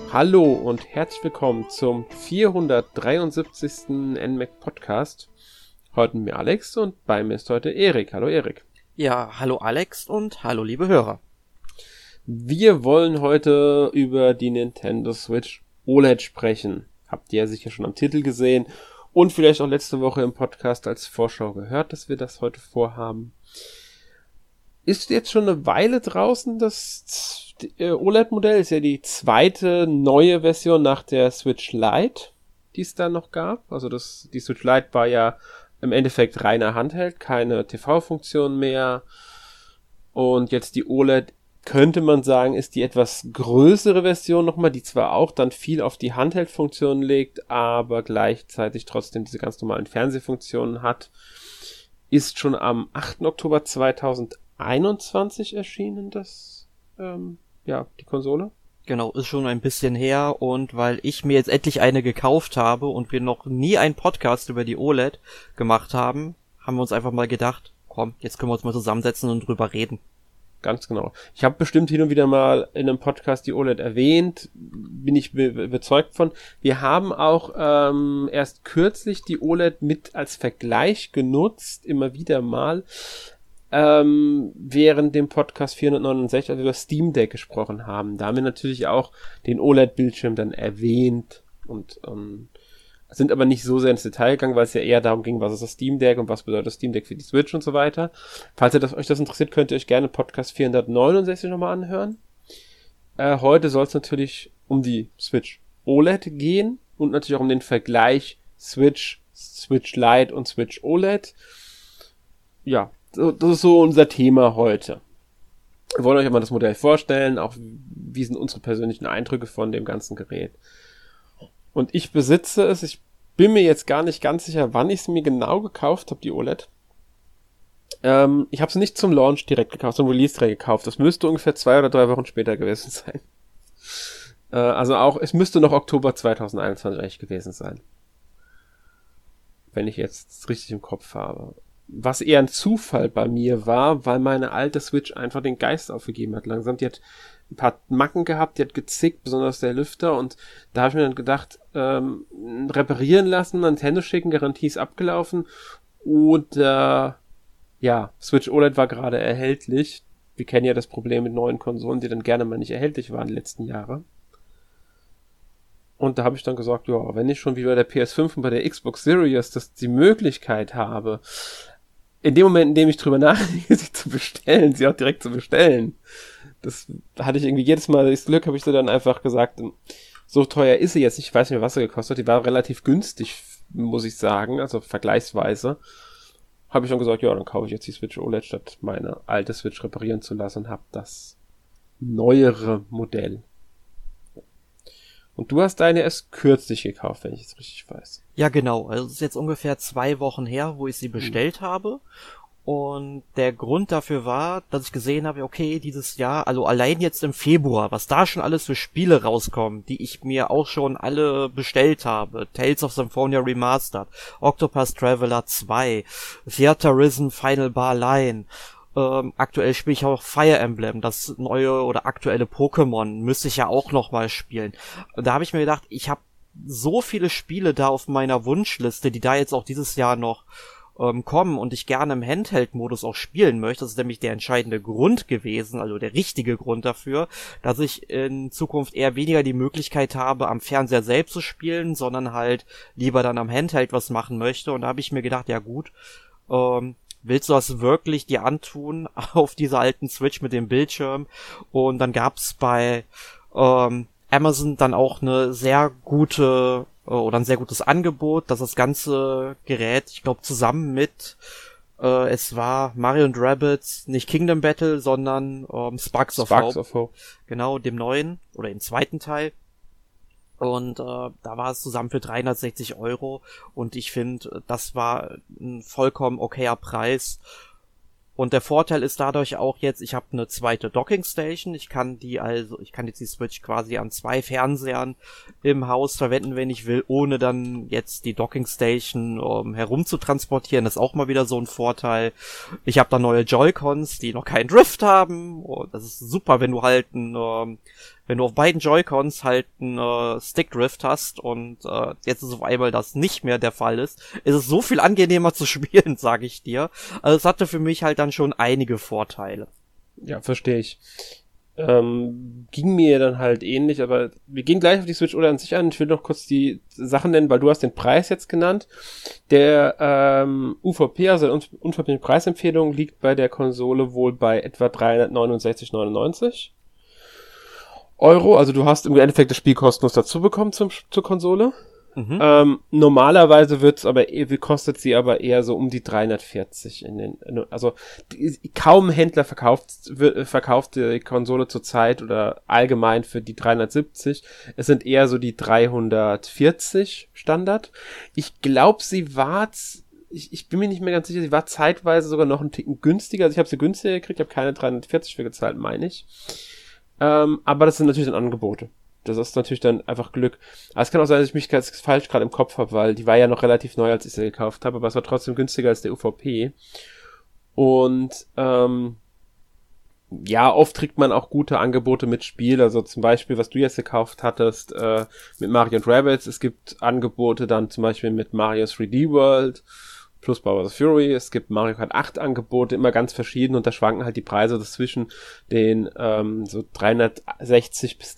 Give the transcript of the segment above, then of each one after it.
Hallo und herzlich willkommen zum 473. NMAC Podcast. Heute mit mir Alex und bei mir ist heute Erik. Hallo Erik. Ja, hallo Alex und hallo liebe Hörer. Wir wollen heute über die Nintendo Switch OLED sprechen. Habt ihr ja sicher schon am Titel gesehen und vielleicht auch letzte Woche im Podcast als Vorschau gehört, dass wir das heute vorhaben. Ist jetzt schon eine Weile draußen, das OLED-Modell ist ja die zweite neue Version nach der Switch Lite, die es da noch gab. Also die Switch Lite war ja im Endeffekt reiner Handheld, keine TV-Funktion mehr. Und jetzt die OLED, könnte man sagen, ist die etwas größere Version nochmal, die zwar auch dann viel auf die Handheld-Funktionen legt, aber gleichzeitig trotzdem diese ganz normalen Fernsehfunktionen hat. Ist schon am 8. Oktober 2021 erschienen, die Konsole. Genau, ist schon ein bisschen her und weil ich mir jetzt endlich eine gekauft habe und wir noch nie einen Podcast über die OLED gemacht haben, haben wir uns einfach mal gedacht, komm, jetzt können wir uns mal zusammensetzen und drüber reden. Ganz genau. Ich habe bestimmt hin und wieder mal in einem Podcast die OLED erwähnt, bin ich überzeugt von. Wir haben auch erst kürzlich die OLED mit als Vergleich genutzt, immer wieder mal, während dem Podcast 469, als wir über Steam Deck gesprochen haben. Da haben wir natürlich auch den OLED-Bildschirm dann erwähnt und sind aber nicht so sehr ins Detail gegangen, weil es ja eher darum ging, was ist das Steam Deck und was bedeutet das Steam Deck für die Switch und so weiter. Falls euch das interessiert, könnt ihr euch gerne Podcast 469 nochmal anhören. Heute soll es natürlich um die Switch OLED gehen und natürlich auch um den Vergleich Switch Lite und Switch OLED. Ja, das ist so unser Thema heute. Wir wollen euch einmal das Modell vorstellen, auch wie sind unsere persönlichen Eindrücke von dem ganzen Gerät. Und ich besitze es, ich bin mir jetzt gar nicht ganz sicher, wann ich es mir genau gekauft habe, die OLED. Ich habe es nicht zum Launch direkt gekauft, zum Release direkt gekauft. Das müsste ungefähr 2 oder 3 Wochen später gewesen sein. Es müsste noch Oktober 2021 eigentlich gewesen sein. Wenn ich jetzt richtig im Kopf habe. Was eher ein Zufall bei mir war, weil meine alte Switch einfach den Geist aufgegeben hat langsam. Die hat ein paar Macken gehabt, die hat gezickt, besonders der Lüfter, und da habe ich mir dann gedacht, reparieren lassen, Nintendo schicken, Garantie ist abgelaufen, und Switch OLED war gerade erhältlich. Wir kennen ja das Problem mit neuen Konsolen, die dann gerne mal nicht erhältlich waren die letzten Jahre. Und da habe ich dann gesagt, ja, wenn ich schon wie bei der PS5 und bei der Xbox Series die Möglichkeit habe, in dem Moment, in dem ich drüber nachdenke, sie zu bestellen, sie auch direkt zu bestellen. Das hatte ich irgendwie jedes Mal das Glück, habe ich so dann einfach gesagt, so teuer ist sie jetzt, ich weiß nicht mehr, was sie gekostet hat, die war relativ günstig, muss ich sagen, also vergleichsweise. Habe ich dann gesagt, ja, dann kaufe ich jetzt die Switch OLED, statt meine alte Switch reparieren zu lassen und habe das neuere Modell. Und du hast deine erst kürzlich gekauft, wenn ich es richtig weiß. Ja, genau. Also es ist jetzt ungefähr 2 Wochen her, wo ich sie bestellt habe. Und der Grund dafür war, dass ich gesehen habe, okay, dieses Jahr, also allein jetzt im Februar, was da schon alles für Spiele rauskommen, die ich mir auch schon alle bestellt habe. Tales of Symphonia Remastered, Octopath Traveler 2, Theater Risen Final Bar Line. Aktuell spiele ich auch Fire Emblem, das neue oder aktuelle Pokémon, müsste ich ja auch noch mal spielen. Da habe ich mir gedacht, ich habe so viele Spiele da auf meiner Wunschliste, die da jetzt auch dieses Jahr noch kommen und ich gerne im Handheld-Modus auch spielen möchte. Das ist nämlich der entscheidende Grund gewesen, also der richtige Grund dafür, dass ich in Zukunft eher weniger die Möglichkeit habe, am Fernseher selbst zu spielen, sondern halt lieber dann am Handheld was machen möchte. Und da habe ich mir gedacht, ja gut, willst du das wirklich dir antun auf dieser alten Switch mit dem Bildschirm? Und dann gab's bei Amazon dann auch eine sehr gute oder ein sehr gutes Angebot, dass das ganze Gerät, ich glaube zusammen mit es war Mario & Rabbids, nicht Kingdom Battle, sondern Sparks of Hope. Genau, dem neuen oder dem zweiten Teil. Und da war es zusammen für 360 €. Und ich finde, das war ein vollkommen okayer Preis. Und der Vorteil ist dadurch auch jetzt, ich habe eine zweite Dockingstation. Ich kann jetzt die Switch quasi an 2 Fernsehern im Haus verwenden, wenn ich will, ohne dann jetzt die Dockingstation herumzutransportieren. Das ist auch mal wieder so ein Vorteil. Ich habe da neue Joy-Cons, die noch keinen Drift haben. Und das ist super, wenn du halt ein wenn du auf beiden Joy-Cons halt einen Stick-Drift hast und jetzt ist auf einmal das nicht mehr der Fall ist es so viel angenehmer zu spielen, sage ich dir. Also es hatte für mich halt dann schon einige Vorteile. Ja, verstehe ich. Ging mir dann halt ähnlich, aber wir gehen gleich auf die Switch OLED an sich an. Ich will noch kurz die Sachen nennen, weil du hast den Preis jetzt genannt. Der UVP, also unverbindliche Preisempfehlung, liegt bei der Konsole wohl bei etwa 369,99 Euro. Also du hast im Endeffekt das Spiel kostenlos dazu bekommen zur Konsole. Normalerweise kostet sie aber eher so um die 340 also kaum Händler verkauft die Konsole zurzeit oder allgemein für die 370. Es sind eher so die 340 Standard. Ich glaube, ich bin mir nicht mehr ganz sicher, sie war zeitweise sogar noch einen Ticken günstiger. Also ich habe sie günstiger gekriegt, ich habe keine 340 für gezahlt, meine ich. Aber das sind natürlich dann Angebote. Das ist natürlich dann einfach Glück. Aber es kann auch sein, dass ich mich ganz falsch gerade im Kopf habe, weil die war ja noch relativ neu, als ich sie gekauft habe, aber es war trotzdem günstiger als der UVP. Und ja, oft kriegt man auch gute Angebote mit Spiel, also zum Beispiel, was du jetzt gekauft hattest, mit Mario & Rabbids. Es gibt Angebote dann zum Beispiel mit Mario 3D World plus Bowser's Fury. Es gibt Mario Kart 8 Angebote, immer ganz verschieden, und da schwanken halt die Preise zwischen den so 360 bis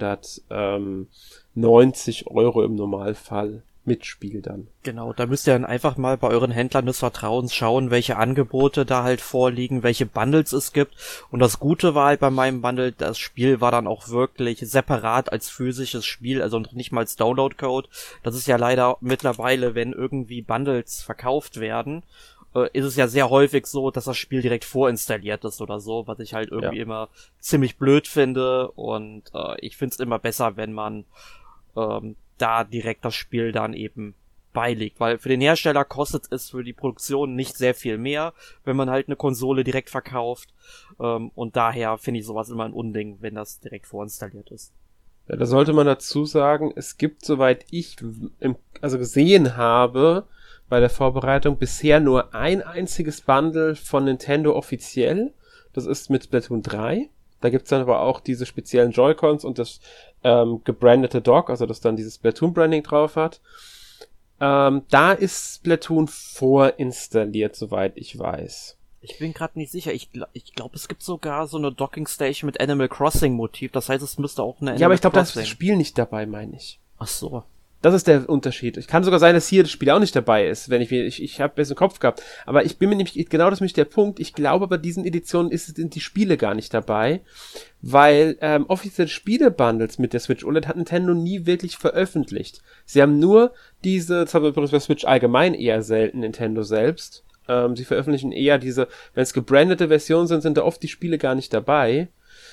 390 Euro im Normalfall mit Spiel dann. Genau, da müsst ihr dann einfach mal bei euren Händlern des Vertrauens schauen, welche Angebote da halt vorliegen, welche Bundles es gibt. Und das Gute war halt bei meinem Bundle, das Spiel war dann auch wirklich separat als physisches Spiel, also noch nicht mal als Download-Code. Das ist ja leider mittlerweile, wenn irgendwie Bundles verkauft werden, ist es ja sehr häufig so, dass das Spiel direkt vorinstalliert ist oder so, was ich halt irgendwie immer ziemlich blöd finde. Und ich find's immer besser, wenn man da direkt das Spiel dann eben beiliegt, weil für den Hersteller kostet es für die Produktion nicht sehr viel mehr, wenn man halt eine Konsole direkt verkauft, und daher finde ich sowas immer ein Unding, wenn das direkt vorinstalliert ist. Ja, da sollte man dazu sagen, es gibt, soweit ich gesehen habe, bei der Vorbereitung bisher nur ein einziges Bundle von Nintendo offiziell, das ist mit Splatoon 3. Da gibt's dann aber auch diese speziellen Joy-Cons und das gebrandete Dock, also das dann dieses Splatoon-Branding drauf hat. Da ist Splatoon vorinstalliert, soweit ich weiß. Ich bin gerade nicht sicher. Ich glaube, es gibt sogar so eine Docking Station mit Animal Crossing Motiv. Das heißt, es müsste auch eine Animal Crossing. Ja, aber ich glaube, da ist das Spiel nicht dabei, meine ich. Ach so. Das ist der Unterschied. Es kann sogar sein, dass hier das Spiel auch nicht dabei ist, wenn ich habe besser im Kopf gehabt. Aber ich bin mir nämlich, genau das ist nämlich der Punkt, ich glaube, bei diesen Editionen sind die Spiele gar nicht dabei, weil offizielle Spiele-Bundles mit der Switch OLED hat Nintendo nie wirklich veröffentlicht. Sie haben nur das haben wir übrigens bei Switch allgemein eher selten, Nintendo selbst. Sie veröffentlichen eher diese, wenn es gebrandete Versionen sind da oft die Spiele gar nicht dabei.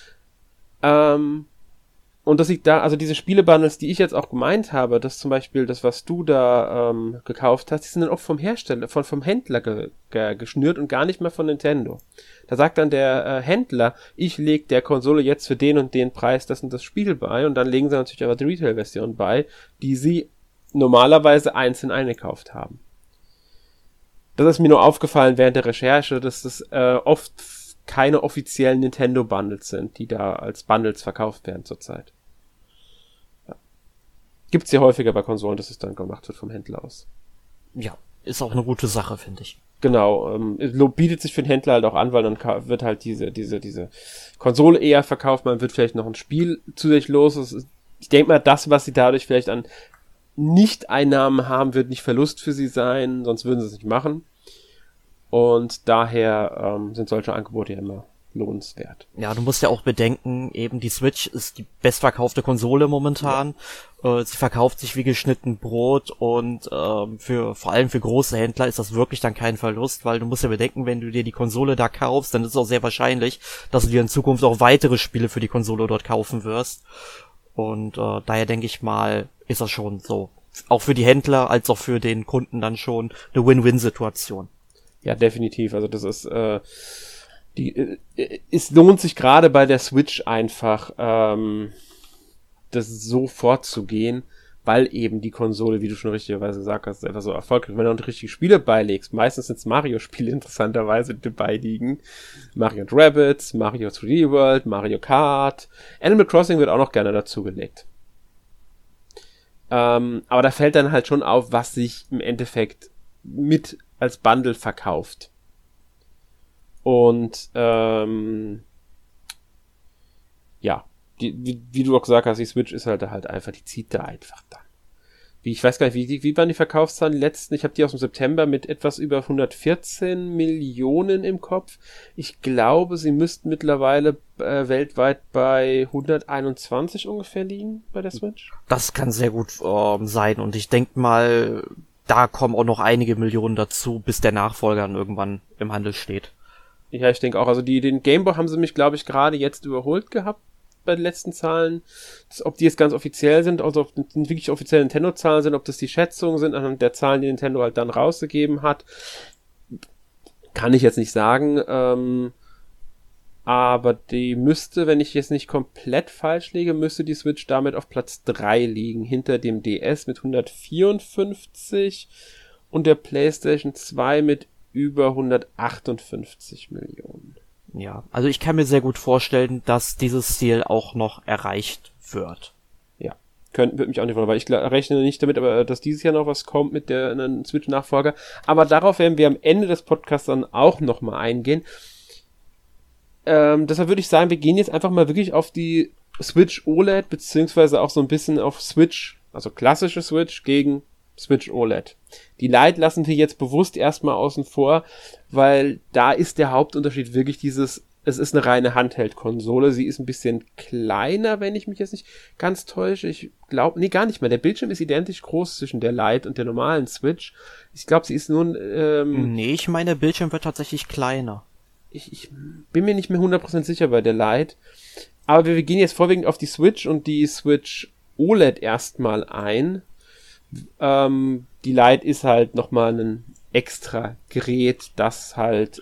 Und das liegt da, also diese Spiele-Bundles, die ich jetzt auch gemeint habe, das zum Beispiel das, was du da gekauft hast, die sind dann oft vom Hersteller, vom Händler geschnürt und gar nicht mehr von Nintendo. Da sagt dann der Händler, ich lege der Konsole jetzt für den und den Preis das und das Spiel bei, und dann legen sie natürlich aber die Retail-Version bei, die sie normalerweise einzeln eingekauft haben. Das ist mir nur aufgefallen während der Recherche, dass das oft keine offiziellen Nintendo-Bundles sind, die da als Bundles verkauft werden zurzeit. Gibt's ja häufiger bei Konsolen, dass es dann gemacht wird vom Händler aus. Ja, ist auch eine gute Sache, finde ich. Genau, bietet sich für den Händler halt auch an, weil dann wird halt diese Konsole eher verkauft, man wird vielleicht noch ein Spiel zusätzlich los. Ich denke mal, das, was sie dadurch vielleicht an Nicht-Einnahmen haben, wird nicht Verlust für sie sein, sonst würden sie es nicht machen. Und daher sind solche Angebote ja immer lohnenswert. Ja, du musst ja auch bedenken, eben die Switch ist die bestverkaufte Konsole momentan. Ja. Sie verkauft sich wie geschnitten Brot, und vor allem für große Händler ist das wirklich dann kein Verlust, weil du musst ja bedenken, wenn du dir die Konsole da kaufst, dann ist es auch sehr wahrscheinlich, dass du dir in Zukunft auch weitere Spiele für die Konsole dort kaufen wirst. Und daher denke ich mal, ist das schon so, auch für die Händler als auch für den Kunden dann schon eine Win-Win-Situation. Ja, definitiv. Also das ist es lohnt sich gerade bei der Switch einfach, das so vorzugehen, weil eben die Konsole, wie du schon richtigerweise gesagt hast, einfach so erfolgreich ist. Wenn du noch richtige Spiele beilegst, meistens sind es Mario-Spiele interessanterweise, die dabei liegen. Mario & Rabbids, Mario 3D World, Mario Kart. Animal Crossing wird auch noch gerne dazugelegt. Aber da fällt dann halt schon auf, was sich im Endeffekt mit als Bundle verkauft. Und ja, wie du auch gesagt hast, die Switch ist halt einfach, die zieht da einfach dann. Ich weiß gar nicht, wie waren die Verkaufszahlen die letzten? Ich habe die aus dem September mit etwas über 114 Millionen im Kopf. Ich glaube, sie müssten mittlerweile weltweit bei 121 ungefähr liegen bei der Switch. Das kann sehr gut sein und ich denke mal, da kommen auch noch einige Millionen dazu, bis der Nachfolger dann irgendwann im Handel steht. Ja, ich denke auch. Also den Game Boy haben sie mich, glaube ich, gerade jetzt überholt gehabt bei den letzten Zahlen. Ob die jetzt ganz offiziell sind, also ob das wirklich offizielle Nintendo-Zahlen sind, ob das die Schätzungen sind, anhand der Zahlen, die Nintendo halt dann rausgegeben hat, kann ich jetzt nicht sagen. Aber die müsste, wenn ich jetzt nicht komplett falsch liege, müsste die Switch damit auf Platz 3 liegen, hinter dem DS mit 154 und der PlayStation 2 mit über 158 Millionen. Ja, also ich kann mir sehr gut vorstellen, dass dieses Ziel auch noch erreicht wird. Ja, würde mich auch nicht wundern, weil ich rechne nicht damit, aber dass dieses Jahr noch was kommt mit einem Switch-Nachfolger. Aber darauf werden wir am Ende des Podcasts dann auch nochmal eingehen. Deshalb würde ich sagen, wir gehen jetzt einfach mal wirklich auf die Switch OLED, beziehungsweise auch so ein bisschen auf Switch, also klassische Switch gegen Switch OLED. Die Lite lassen wir jetzt bewusst erstmal außen vor, weil da ist der Hauptunterschied wirklich es ist eine reine Handheld-Konsole. Sie ist ein bisschen kleiner, wenn ich mich jetzt nicht ganz täusche. Ich glaube, gar nicht mehr. Der Bildschirm ist identisch groß zwischen der Lite und der normalen Switch. Ich glaube, sie ist nur Nee, ich meine, der Bildschirm wird tatsächlich kleiner. Ich bin mir nicht mehr 100% sicher bei der Lite. Aber wir gehen jetzt vorwiegend auf die Switch und die Switch OLED erstmal ein. Die Lite ist halt nochmal ein extra Gerät, das halt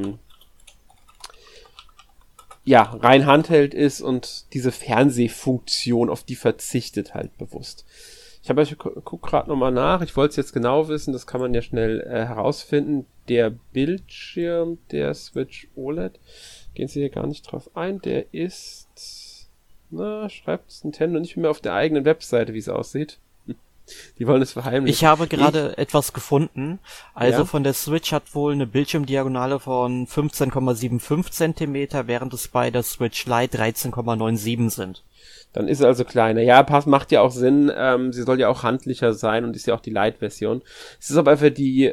rein Handheld ist und diese Fernsehfunktion, auf die verzichtet halt bewusst. Ich guck gerade nochmal nach, ich wollte es jetzt genau wissen, das kann man ja schnell herausfinden. Der Bildschirm der Switch OLED, gehen Sie hier gar nicht drauf ein, der ist, schreibt Nintendo nicht mehr auf der eigenen Webseite, wie es aussieht. Die wollen es verheimlichen. Ich habe gerade etwas gefunden. Also von der Switch hat wohl eine Bildschirmdiagonale von 15,75 Zentimeter, während es bei der Switch Lite 13,97 sind. Dann ist es also kleiner. Ja, macht ja auch Sinn. Sie soll ja auch handlicher sein und ist ja auch die Lite-Version. Es ist aber einfach die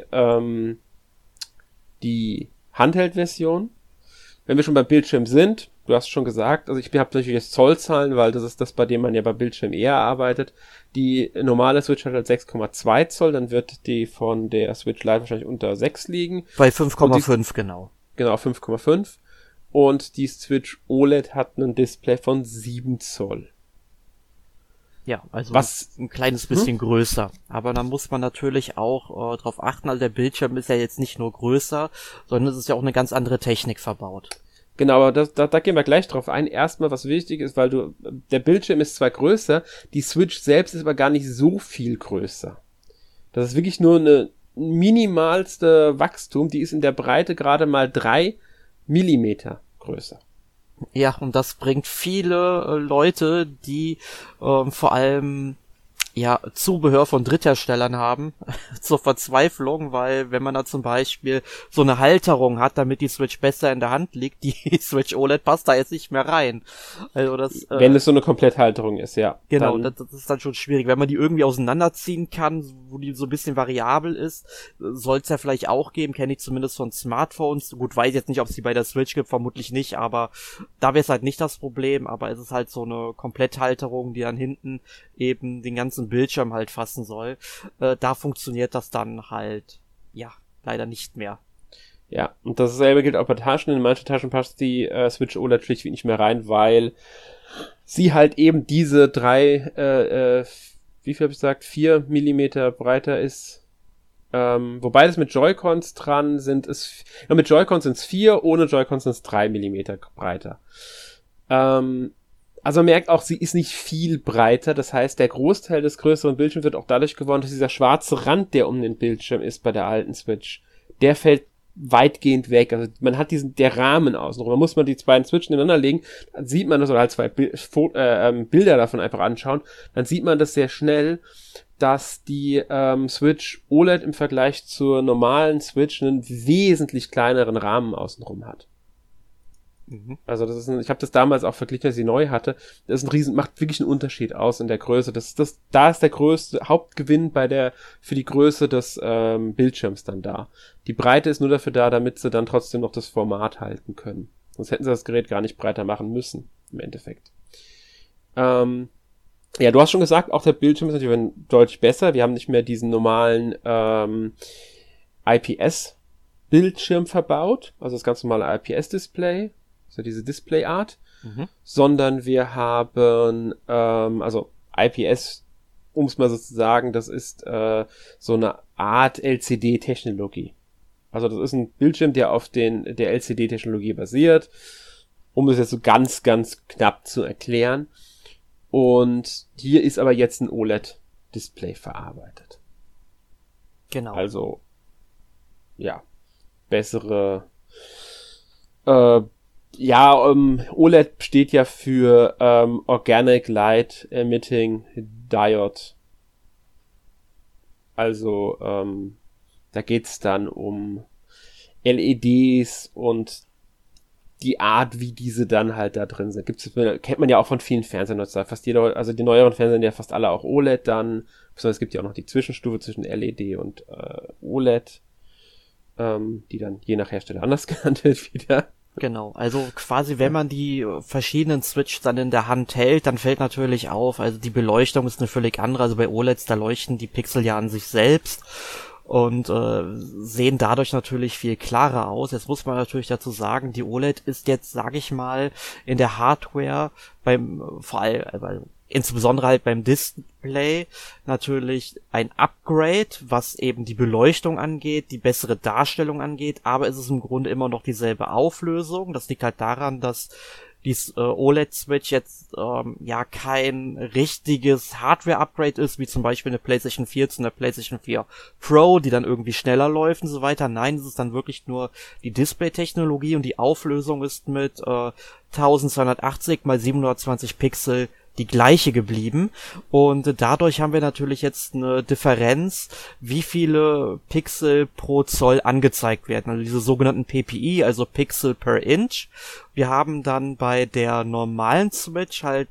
Handheld-Version. Wenn wir schon beim Bildschirm sind, du hast schon gesagt, also ich habe natürlich jetzt Zollzahlen, weil das ist das, bei dem man ja bei Bildschirm eher arbeitet. Die normale Switch hat halt 6,2 Zoll, dann wird die von der Switch Lite wahrscheinlich unter 6 liegen. Bei 5,5 genau. Genau, 5,5. Und die Switch OLED hat ein Display von 7 Zoll. Ja, also ein kleines bisschen größer. Aber da muss man natürlich auch drauf achten, also der Bildschirm ist ja jetzt nicht nur größer, sondern es ist ja auch eine ganz andere Technik verbaut. Genau, aber da gehen wir gleich drauf ein. Erstmal, was wichtig ist, weil der Bildschirm ist zwar größer, die Switch selbst ist aber gar nicht so viel größer. Das ist wirklich nur eine minimalste Wachstum, die ist in der Breite gerade mal 3 Millimeter größer. Ja, und das bringt viele Leute, die vor allem Zubehör von Drittherstellern haben, zur Verzweiflung, weil wenn man da zum Beispiel so eine Halterung hat, damit die Switch besser in der Hand liegt, die Switch OLED passt da jetzt nicht mehr rein. Also das, wenn es so eine Kompletthalterung ist, ja. Genau, das ist dann schon schwierig. Wenn man die irgendwie auseinanderziehen kann, wo die so ein bisschen variabel ist, soll es ja vielleicht auch geben, kenne ich zumindest von Smartphones. Gut, weiß jetzt nicht, ob es die bei der Switch gibt, vermutlich nicht, aber da wäre es halt nicht das Problem, aber es ist halt so eine Kompletthalterung, die dann hinten eben den ganzen Bildschirm halt fassen soll. Da funktioniert das dann halt, leider nicht mehr. Ja, und dasselbe gilt auch bei Taschen. In manche Taschen passt die Switch OLED schlichtweg nicht mehr rein, weil sie halt eben diese 4 Millimeter breiter ist. Wobei das mit Joy-Cons dran sind, mit Joy-Cons sind es 4, ohne Joy-Cons sind es 3 Millimeter breiter. Also man merkt auch, sie ist nicht viel breiter. Das heißt, der Großteil des größeren Bildschirms wird auch dadurch gewonnen, dass dieser schwarze Rand, der um den Bildschirm ist bei der alten Switch, der fällt weitgehend weg. Also man hat der Rahmen außenrum. Man muss die beiden Switchen nebeneinander legen, dann sieht man das, oder halt zwei Bilder davon einfach anschauen, dann sieht man das sehr schnell, dass die Switch OLED im Vergleich zur normalen Switch einen wesentlich kleineren Rahmen außenrum hat. Also ich habe das damals auch verglichen, als ich sie neu hatte. Das ist macht wirklich einen Unterschied aus in der Größe. Da ist der größte Hauptgewinn für die Größe des Bildschirms dann da. Die Breite ist nur dafür da, damit sie dann trotzdem noch das Format halten können. Sonst hätten sie das Gerät gar nicht breiter machen müssen, im Endeffekt. Ja, du hast schon gesagt, auch der Bildschirm ist natürlich deutlich besser. Wir haben nicht mehr diesen normalen IPS-Bildschirm verbaut, also das ganz normale IPS-Display, so diese Display-Art, sondern wir haben, also IPS, um es mal so zu sagen, das ist so eine Art LCD-Technologie. Also das ist ein Bildschirm, der auf der LCD-Technologie basiert, um es jetzt so ganz, ganz knapp zu erklären. Und hier ist aber jetzt ein OLED-Display verarbeitet. Genau. Also, ja, bessere, OLED steht ja für Organic Light Emitting Diode. Also, da geht's dann um LEDs und die Art, wie diese dann halt da drin sind. Kennt man ja auch von vielen Fernsehern heutzutage. Also die neueren Fernseher sind ja fast alle auch OLED dann. Es gibt ja auch noch die Zwischenstufe zwischen LED und OLED, die dann je nach Hersteller anders genannt wird wieder. Genau, also quasi, wenn man die verschiedenen Switches dann in der Hand hält, dann fällt natürlich auf, also die Beleuchtung ist eine völlig andere. Also bei OLEDs, da leuchten die Pixel ja an sich selbst und sehen dadurch natürlich viel klarer aus. Jetzt muss man natürlich dazu sagen, die OLED ist jetzt, sage ich mal, in der Hardware insbesondere halt beim Display natürlich ein Upgrade, was eben die Beleuchtung angeht, die bessere Darstellung angeht, aber es ist im Grunde immer noch dieselbe Auflösung. Das liegt halt daran, dass die OLED-Switch jetzt kein richtiges Hardware-Upgrade ist, wie zum Beispiel eine PlayStation 4 zu einer PlayStation 4 Pro, die dann irgendwie schneller läuft und so weiter. Nein, es ist dann wirklich nur die Display-Technologie und die Auflösung ist mit 1280 x 720 Pixel die gleiche geblieben und dadurch haben wir natürlich jetzt eine Differenz, wie viele Pixel pro Zoll angezeigt werden, also diese sogenannten PPI, also Pixel per Inch. Wir haben dann bei der normalen Switch halt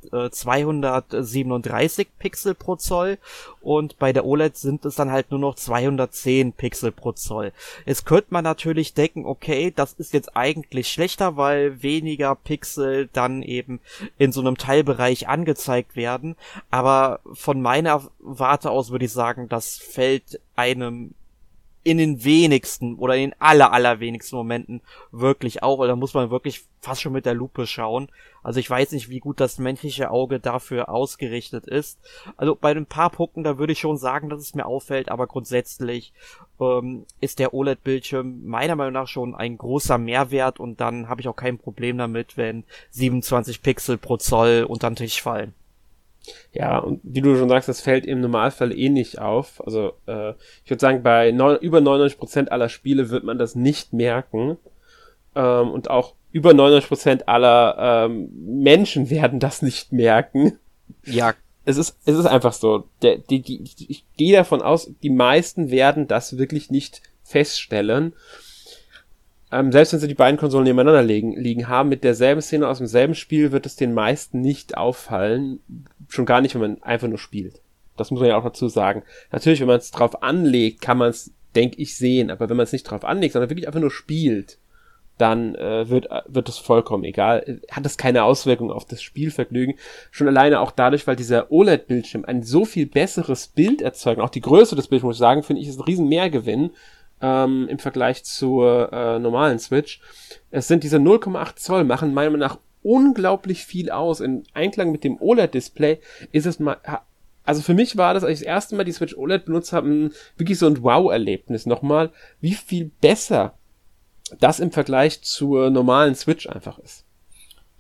237 Pixel pro Zoll und bei der OLED sind es dann halt nur noch 210 Pixel pro Zoll. Jetzt könnte man natürlich denken, okay, das ist jetzt eigentlich schlechter, weil weniger Pixel dann eben in so einem Teilbereich angezeigt werden, aber von meiner Warte aus würde ich sagen, das fällt einem in den wenigsten oder in den allerwenigsten Momenten wirklich auf, weil da muss man wirklich fast schon mit der Lupe schauen. Also ich weiß nicht, wie gut das menschliche Auge dafür ausgerichtet ist. Also bei ein paar Punkten, da würde ich schon sagen, dass es mir auffällt, aber grundsätzlich ist der OLED-Bildschirm meiner Meinung nach schon ein großer Mehrwert und dann habe ich auch kein Problem damit, wenn 27 Pixel pro Zoll unter den Tisch fallen. Ja, und wie du schon sagst, das fällt im Normalfall eh nicht auf. Also ich würde sagen, bei über 99% aller Spiele wird man das nicht merken. Und auch über 99% aller Menschen werden das nicht merken. Ja. Es ist einfach so. Ich gehe davon aus, die meisten werden das wirklich nicht feststellen. Selbst wenn sie die beiden Konsolen nebeneinander liegen haben, mit derselben Szene aus demselben Spiel, wird es den meisten nicht auffallen. Schon gar nicht, wenn man einfach nur spielt. Das muss man ja auch dazu sagen. Natürlich, wenn man es drauf anlegt, kann man es, denke ich, sehen. Aber wenn man es nicht drauf anlegt, sondern wirklich einfach nur spielt, dann wird es vollkommen egal. Hat es keine Auswirkung auf das Spielvergnügen. Schon alleine auch dadurch, weil dieser OLED-Bildschirm ein so viel besseres Bild erzeugt. Auch die Größe des Bildschirms, muss ich sagen, finde ich, ist ein riesen Mehrgewinn im Vergleich zur normalen Switch. Es sind diese 0,8 Zoll, machen meiner Meinung nach unglaublich viel aus. In Einklang mit dem OLED-Display ist es mal, also für mich war das, als ich das erste Mal die Switch OLED benutzt habe, wirklich so ein Wow-Erlebnis nochmal, wie viel besser das im Vergleich zur normalen Switch einfach ist.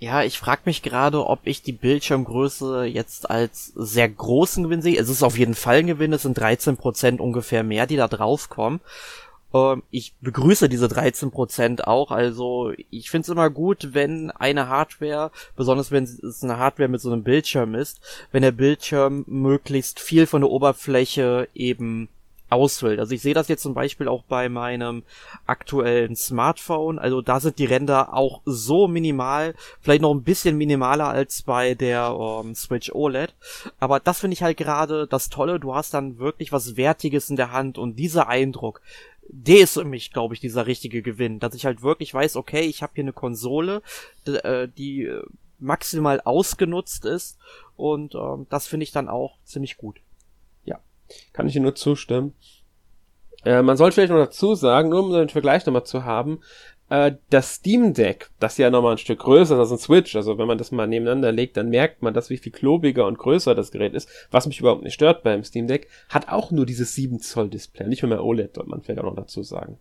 Ja, ich frage mich gerade, ob ich die Bildschirmgröße jetzt als sehr großen Gewinn sehe. Es ist auf jeden Fall ein Gewinn, es sind 13% ungefähr mehr, die da draufkommen. Ich begrüße diese 13% auch, also ich finde es immer gut, wenn eine Hardware, besonders wenn es eine Hardware mit so einem Bildschirm ist, wenn der Bildschirm möglichst viel von der Oberfläche eben ausfüllt. Also ich sehe das jetzt zum Beispiel auch bei meinem aktuellen Smartphone, also da sind die Ränder auch so minimal, vielleicht noch ein bisschen minimaler als bei der Switch OLED, aber das finde ich halt gerade das Tolle, du hast dann wirklich was Wertiges in der Hand und dieser Eindruck, der ist für mich, glaube ich, dieser richtige Gewinn, dass ich halt wirklich weiß, okay, ich habe hier eine Konsole, die maximal ausgenutzt ist und das finde ich dann auch ziemlich gut. Kann ich dir nur zustimmen. Man sollte vielleicht noch dazu sagen, nur um den Vergleich nochmal zu haben, das Steam Deck, das ja nochmal ein Stück größer ist als ein Switch, also wenn man das mal nebeneinander legt, dann merkt man, dass wie viel klobiger und größer das Gerät ist, was mich überhaupt nicht stört beim Steam Deck, hat auch nur dieses 7 Zoll Display, nicht mehr OLED, sollte man vielleicht auch noch dazu sagen.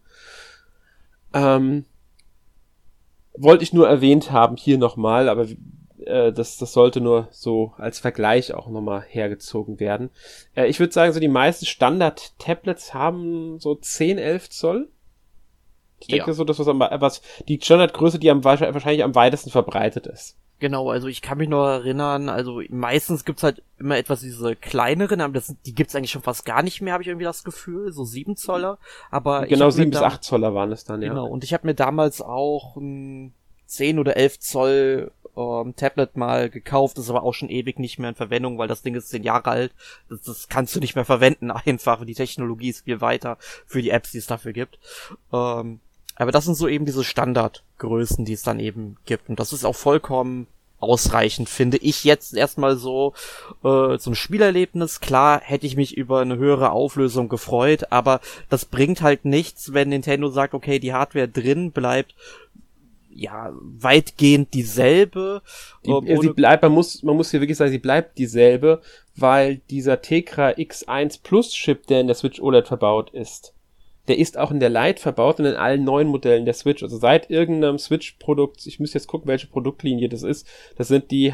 Wollte ich nur erwähnt haben, hier nochmal, aber das sollte nur so als Vergleich auch nochmal hergezogen werden. Ich würde sagen, so die meisten Standard-Tablets haben so 10, 11 Zoll. Ich denke, so das, was die Standardgröße, die wahrscheinlich am weitesten verbreitet ist. Genau, also ich kann mich noch erinnern, also meistens gibt's halt immer etwas diese kleineren, aber die gibt's eigentlich schon fast gar nicht mehr, habe ich irgendwie das Gefühl, so 7 Zoller. Aber genau, 7 bis 8 Zoller waren es dann, ja. Genau, und ich habe mir damals auch ein 10 oder 11 Zoll Tablet mal gekauft, ist aber auch schon ewig nicht mehr in Verwendung, weil das Ding ist 10 Jahre alt, das kannst du nicht mehr verwenden einfach, die Technologie ist viel weiter für die Apps, die es dafür gibt. Aber das sind so eben diese Standardgrößen, die es dann eben gibt, und das ist auch vollkommen ausreichend, finde ich jetzt erstmal so zum Spielerlebnis. Klar hätte ich mich über eine höhere Auflösung gefreut, aber das bringt halt nichts, wenn Nintendo sagt, okay, die Hardware drin bleibt ja weitgehend dieselbe. Sie bleibt, man muss hier wirklich sagen, sie bleibt dieselbe, weil dieser Tegra X1 Plus Chip, der in der Switch OLED verbaut ist, der ist auch in der Lite verbaut und in allen neuen Modellen der Switch. Also seit irgendeinem Switch-Produkt, ich müsste jetzt gucken, welche Produktlinie das ist, das sind die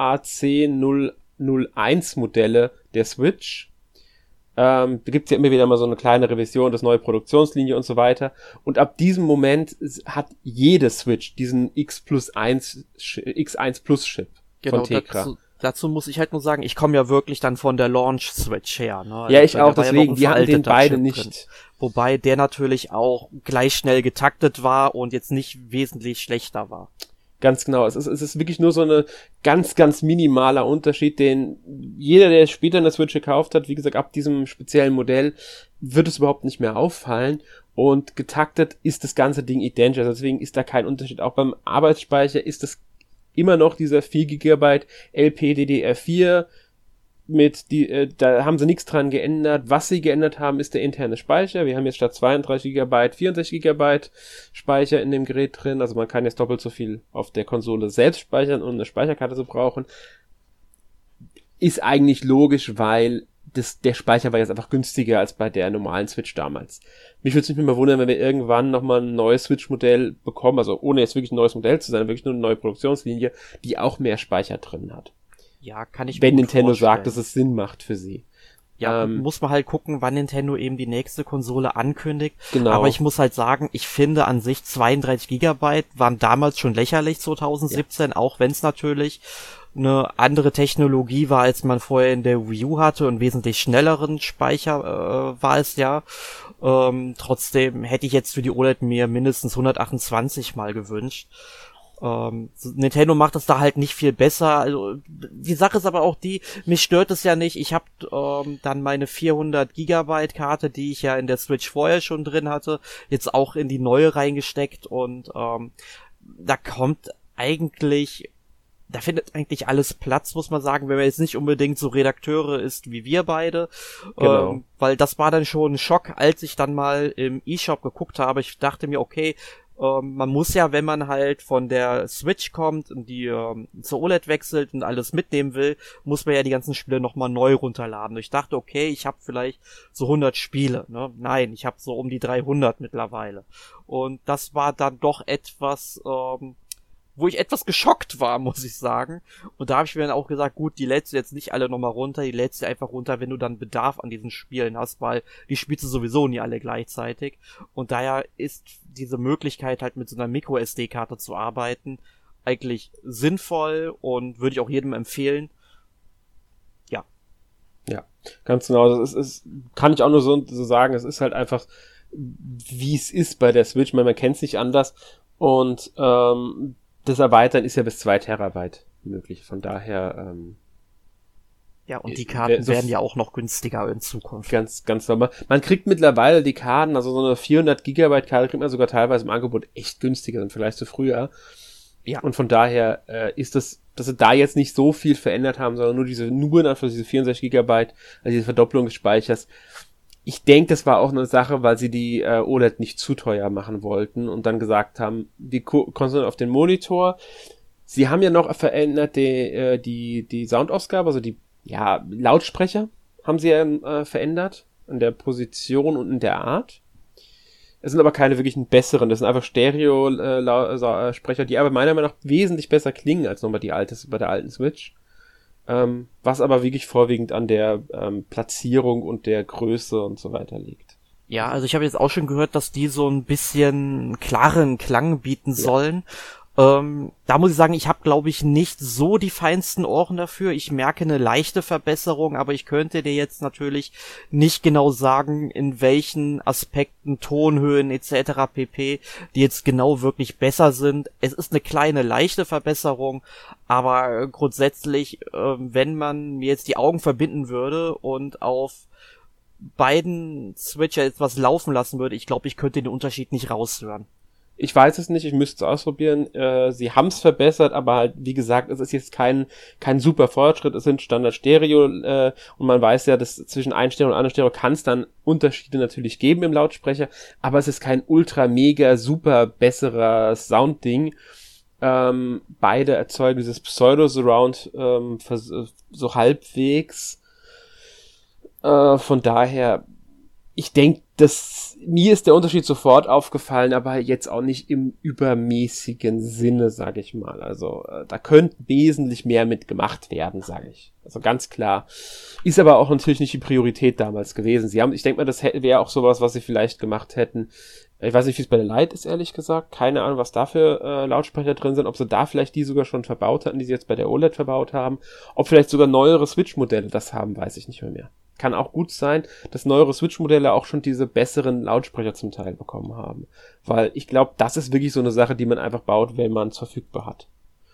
HAC001 Modelle der Switch. Da gibt's ja immer wieder mal so eine kleine Revision, das neue Produktionslinie und so weiter. Und ab diesem Moment hat jede Switch diesen X1 Plus Chip von Tegra. Dazu muss ich halt nur sagen, ich komme ja wirklich dann von der Launch-Switch her. Ne? Also ja, ich auch, deswegen, die hatten den beide nicht. Drin. Wobei der natürlich auch gleich schnell getaktet war und jetzt nicht wesentlich schlechter war. Ganz genau. Es ist wirklich nur so eine ganz, ganz minimaler Unterschied, den jeder, der später eine Switch gekauft hat, wie gesagt, ab diesem speziellen Modell, wird es überhaupt nicht mehr auffallen. Und getaktet ist das ganze Ding identisch. Also deswegen ist da kein Unterschied. Auch beim Arbeitsspeicher ist es immer noch dieser 4 GB LPDDR4 da haben sie nichts dran geändert. Was sie geändert haben, ist der interne Speicher. Wir haben jetzt statt 32 GB 64 GB Speicher in dem Gerät drin. Also man kann jetzt doppelt so viel auf der Konsole selbst speichern, ohne eine Speicherkarte zu brauchen. Ist eigentlich logisch, weil der Speicher war jetzt einfach günstiger als bei der normalen Switch damals. Mich würde es nicht mehr wundern, wenn wir irgendwann nochmal ein neues Switch-Modell bekommen, also ohne jetzt wirklich ein neues Modell zu sein, wirklich nur eine neue Produktionslinie, die auch mehr Speicher drin hat. Ja, kann ich mir wenn gut Nintendo vorstellen. sagt, dass es Sinn macht für sie. Ja, muss man halt gucken, wann Nintendo eben die nächste Konsole ankündigt. Genau. Aber ich muss halt sagen, ich finde an sich 32 Gigabyte waren damals schon lächerlich 2017, ja. Auch wenn es natürlich eine andere Technologie war, als man vorher in der Wii U hatte und wesentlich schnelleren Speicher war es ja. Trotzdem hätte ich jetzt für die OLED mir mindestens 128 mal gewünscht. Nintendo macht das da halt nicht viel besser. Also die Sache ist aber auch die, mich stört es ja nicht. Ich habe dann meine 400 Gigabyte Karte, die ich ja in der Switch vorher schon drin hatte, jetzt auch in die neue reingesteckt und da findet eigentlich alles Platz, muss man sagen, wenn man jetzt nicht unbedingt so Redakteure ist wie wir beide. Genau. Weil das war dann schon ein Schock, als ich dann mal im eShop geguckt habe. Ich dachte mir, okay, man muss ja, wenn man halt von der Switch kommt und die zur OLED wechselt und alles mitnehmen will, muss man ja die ganzen Spiele nochmal neu runterladen. Und ich dachte, okay, ich habe vielleicht so 100 Spiele. Ne? Nein, ich habe so um die 300 mittlerweile. Und das war dann doch etwas wo ich etwas geschockt war, muss ich sagen. Und da habe ich mir dann auch gesagt, gut, die lädst du jetzt nicht alle nochmal runter, die lädst du einfach runter, wenn du dann Bedarf an diesen Spielen hast, weil die spielst du sowieso nie alle gleichzeitig. Und daher ist diese Möglichkeit halt mit so einer Micro-SD-Karte zu arbeiten eigentlich sinnvoll und würde ich auch jedem empfehlen. Ja. Ja, ganz genau. Das ist kann ich auch nur so sagen, es ist halt einfach, wie es ist bei der Switch, man kennt es nicht anders. Und das Erweitern ist ja bis 2 Terabyte möglich. Von daher ja, und die Karten werden ja auch noch günstiger in Zukunft. Ganz normal. Man kriegt mittlerweile die Karten, also so eine 400 Gigabyte Karte kriegt man sogar teilweise im Angebot echt günstiger im Vergleich zu früher. Ja. Und von daher ist das, dass sie da jetzt nicht so viel verändert haben, sondern nur diese 64 Gigabyte, also diese Verdopplung des Speichers. Ich denke, das war auch eine Sache, weil sie die OLED nicht zu teuer machen wollten und dann gesagt haben, die Konsole auf den Monitor. Sie haben ja noch verändert die Soundausgabe, also die Lautsprecher haben sie ja verändert in der Position und in der Art. Es sind aber keine wirklichen besseren, das sind einfach Stereo-Sprecher, die aber meiner Meinung nach wesentlich besser klingen als nochmal bei der alten Switch. Was aber wirklich vorwiegend an der Platzierung und der Größe und so weiter liegt. Ja, also ich habe jetzt auch schon gehört, dass die so ein bisschen klaren Klang bieten sollen. Da muss ich sagen, ich habe, glaube ich, nicht so die feinsten Ohren dafür. Ich merke eine leichte Verbesserung, aber ich könnte dir jetzt natürlich nicht genau sagen, in welchen Aspekten, Tonhöhen etc. pp. die jetzt genau wirklich besser sind. Es ist eine kleine, leichte Verbesserung, aber grundsätzlich, wenn man mir jetzt die Augen verbinden würde und auf beiden Switcher jetzt was laufen lassen würde, ich glaube, ich könnte den Unterschied nicht raushören. Ich weiß es nicht, ich müsste es ausprobieren. Sie haben es verbessert, aber halt, wie gesagt, es ist jetzt kein super Fortschritt. Es sind Standard-Stereo und man weiß ja, dass zwischen ein Stereo und anderen Stereo kann es dann Unterschiede natürlich geben im Lautsprecher, aber es ist kein ultra, mega, super besserer Soundding. Beide erzeugen dieses Pseudo-Surround so halbwegs. Von daher, ich denke, mir ist der Unterschied sofort aufgefallen, aber jetzt auch nicht im übermäßigen Sinne, sage ich mal. Also da könnte wesentlich mehr mit gemacht werden, sage ich. Also ganz klar. Ist aber auch natürlich nicht die Priorität damals gewesen. Ich denke mal, das wäre auch sowas, was sie vielleicht gemacht hätten. Ich weiß nicht, wie es bei der Lite ist, ehrlich gesagt. Keine Ahnung, was da für Lautsprecher drin sind. Ob sie da vielleicht die sogar schon verbaut hatten, die sie jetzt bei der OLED verbaut haben. Ob vielleicht sogar neuere Switch-Modelle das haben, weiß ich nicht mehr. Kann auch gut sein, dass neuere Switch-Modelle auch schon diese besseren Lautsprecher zum Teil bekommen haben. Weil ich glaube, das ist wirklich so eine Sache, die man einfach baut, wenn man es verfügbar hat.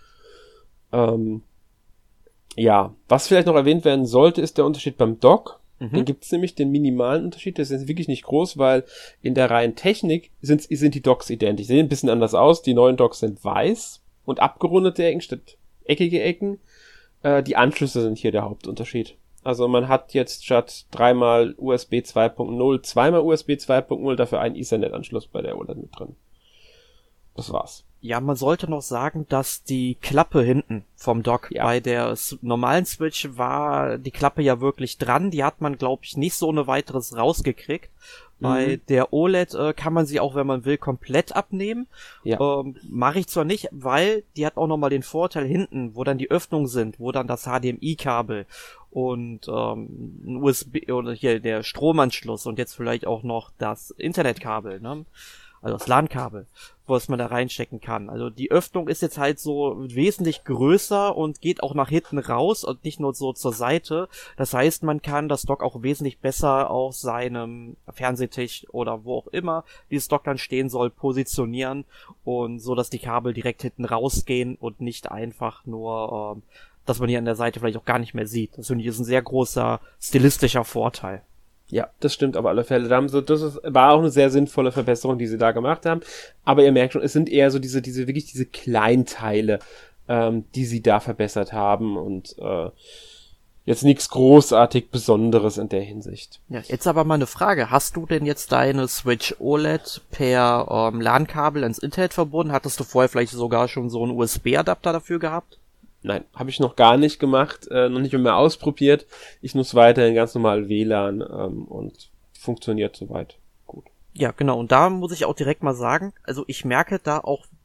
Ja, was vielleicht noch erwähnt werden sollte, ist der Unterschied beim Dock. Den gibt's nämlich, den minimalen Unterschied, das ist wirklich nicht groß, weil in der reinen Technik sind die Docks identisch. Sie sehen ein bisschen anders aus, die neuen Docks sind weiß und abgerundete Ecken statt eckige Ecken. Die Anschlüsse sind hier der Hauptunterschied. Also man hat jetzt statt 3x USB 2.0 2x USB 2.0, dafür einen Ethernet-Anschluss bei der OLED mit drin. Das war's. Ja, man sollte noch sagen, dass die Klappe hinten vom Dock bei der normalen Switch war die Klappe ja wirklich dran. Die hat man, glaube ich, nicht so ohne weiteres rausgekriegt. Bei der OLED kann man sie auch, wenn man will, komplett abnehmen. Ja. Mache ich zwar nicht, weil die hat auch nochmal den Vorteil hinten, wo dann die Öffnungen sind, wo dann das HDMI-Kabel und ein USB oder hier der Stromanschluss und jetzt vielleicht auch noch das Internetkabel, ne? Also das LAN-Kabel, was man da reinstecken kann. Also die Öffnung ist jetzt halt so wesentlich größer und geht auch nach hinten raus und nicht nur so zur Seite. Das heißt, man kann das Dock auch wesentlich besser auf seinem Fernsehtisch oder wo auch immer dieses Dock dann stehen soll, positionieren und so, dass die Kabel direkt hinten rausgehen und nicht einfach nur, dass man hier an der Seite vielleicht auch gar nicht mehr sieht. Das finde ich ist ein sehr großer stilistischer Vorteil. Ja, das stimmt auf alle Fälle. War auch eine sehr sinnvolle Verbesserung, die sie da gemacht haben. Aber ihr merkt schon, es sind eher so diese Kleinteile, die sie da verbessert haben und jetzt nichts großartig Besonderes in der Hinsicht. Ja, jetzt aber mal eine Frage. Hast du denn jetzt deine Switch OLED per LAN-Kabel ins Internet verbunden? Hattest du vorher vielleicht sogar schon so einen USB-Adapter dafür gehabt? Nein, habe ich noch gar nicht gemacht, noch nicht mehr ausprobiert. Ich nutze weiterhin ganz normal WLAN und funktioniert soweit gut. Ja, genau. Und da muss ich auch direkt mal sagen, also ich merke da auch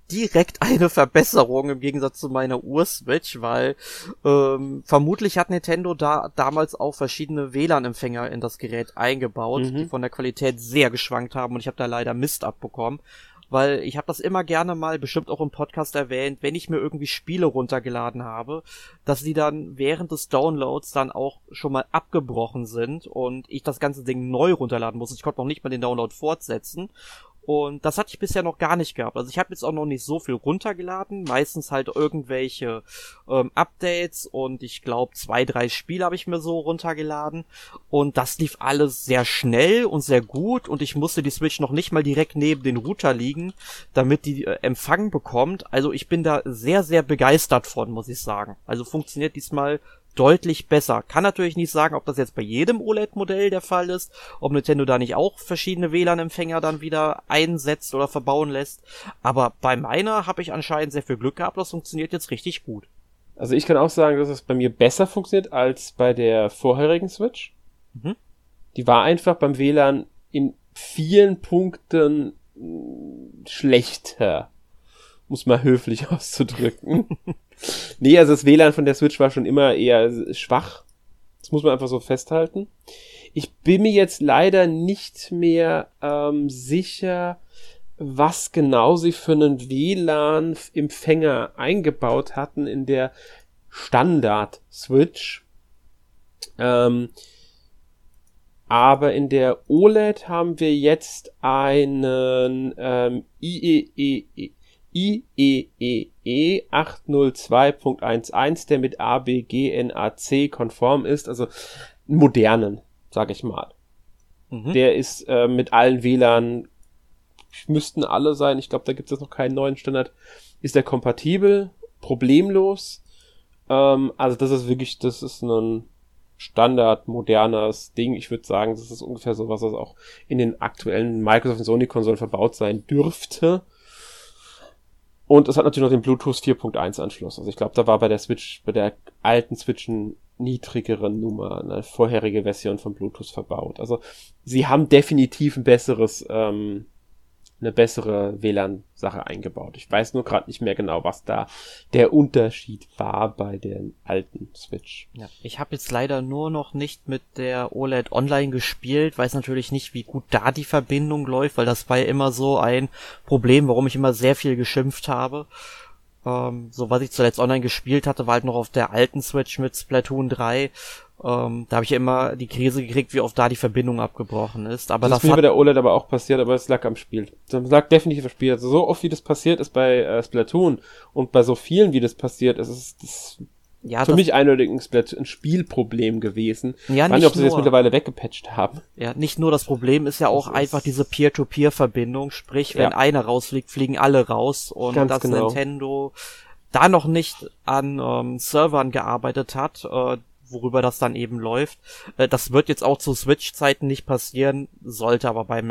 direkt eine Verbesserung im Gegensatz zu meiner Ur-Switch, weil vermutlich hat Nintendo damals auch verschiedene WLAN-Empfänger in das Gerät eingebaut, die von der Qualität sehr geschwankt haben und ich habe da leider Mist abbekommen. Weil ich habe das immer gerne mal, bestimmt auch im Podcast erwähnt, wenn ich mir irgendwie Spiele runtergeladen habe, dass die dann während des Downloads dann auch schon mal abgebrochen sind und ich das ganze Ding neu runterladen muss. Ich konnte noch nicht mal den Download fortsetzen. Und das hatte ich bisher noch gar nicht gehabt. Also ich habe jetzt auch noch nicht so viel runtergeladen. Meistens halt irgendwelche Updates und ich glaube 2-3 Spiele habe ich mir so runtergeladen. Und das lief alles sehr schnell und sehr gut und ich musste die Switch noch nicht mal direkt neben den Router liegen, damit die Empfang bekommt. Also ich bin da sehr, sehr begeistert von, muss ich sagen. Also funktioniert diesmal deutlich besser. Kann natürlich nicht sagen, ob das jetzt bei jedem OLED-Modell der Fall ist, ob Nintendo da nicht auch verschiedene WLAN-Empfänger dann wieder einsetzt oder verbauen lässt. Aber bei meiner habe ich anscheinend sehr viel Glück gehabt, das funktioniert jetzt richtig gut. Also ich kann auch sagen, dass es bei mir besser funktioniert als bei der vorherigen Switch. Die war einfach beim WLAN in vielen Punkten schlechter, muss man höflich auszudrücken. Nee, also das WLAN von der Switch war schon immer eher schwach. Das muss man einfach so festhalten. Ich bin mir jetzt leider nicht mehr sicher, was genau sie für einen WLAN-Empfänger eingebaut hatten in der Standard-Switch. Aber in der OLED haben wir jetzt einen IEEE 802.11, der mit ABGNAC konform ist, also einen modernen, sag ich mal. Der ist mit allen WLAN, müssten alle sein, ich glaube, da gibt es noch keinen neuen Standard, ist der kompatibel, problemlos. Also das ist wirklich, das ist ein Standard, modernes Ding. Ich würde sagen, das ist ungefähr so, was auch in den aktuellen Microsoft- und Sony-Konsolen verbaut sein dürfte. Und es hat natürlich noch den Bluetooth 4.1 Anschluss. Also ich glaube, da war bei der Switch, bei der alten Switch eine niedrigere Nummer, eine vorherige Version von Bluetooth verbaut. Also sie haben definitiv eine bessere WLAN-Sache eingebaut. Ich weiß nur gerade nicht mehr genau, was da der Unterschied war bei der alten Switch. Ja, ich habe jetzt leider nur noch nicht mit der OLED Online gespielt, weiß natürlich nicht, wie gut da die Verbindung läuft, weil das war ja immer so ein Problem, warum ich immer sehr viel geschimpft habe. So, was ich zuletzt online gespielt hatte, war halt noch auf der alten Switch mit Splatoon 3. Da habe ich ja immer die Krise gekriegt, wie oft da die Verbindung abgebrochen ist. Aber das ist mir bei der OLED aber auch passiert, aber es lag am Spiel. Das lag definitiv am Spiel. Also so oft, wie das passiert ist bei Splatoon und bei so vielen, wie das passiert ist, ist das ja, für mich eindeutig ein Spielproblem gewesen. Ja, ich weiß nicht, ob sie das jetzt mittlerweile weggepatcht haben. Ja, nicht nur das Problem ist ja auch einfach diese Peer-to-Peer-Verbindung. Sprich, wenn einer rausfliegt, fliegen alle raus. Und ganz dass genau. Nintendo da noch nicht an Servern gearbeitet hat, worüber das dann eben läuft. Das wird jetzt auch zu Switch-Zeiten nicht passieren, sollte aber bei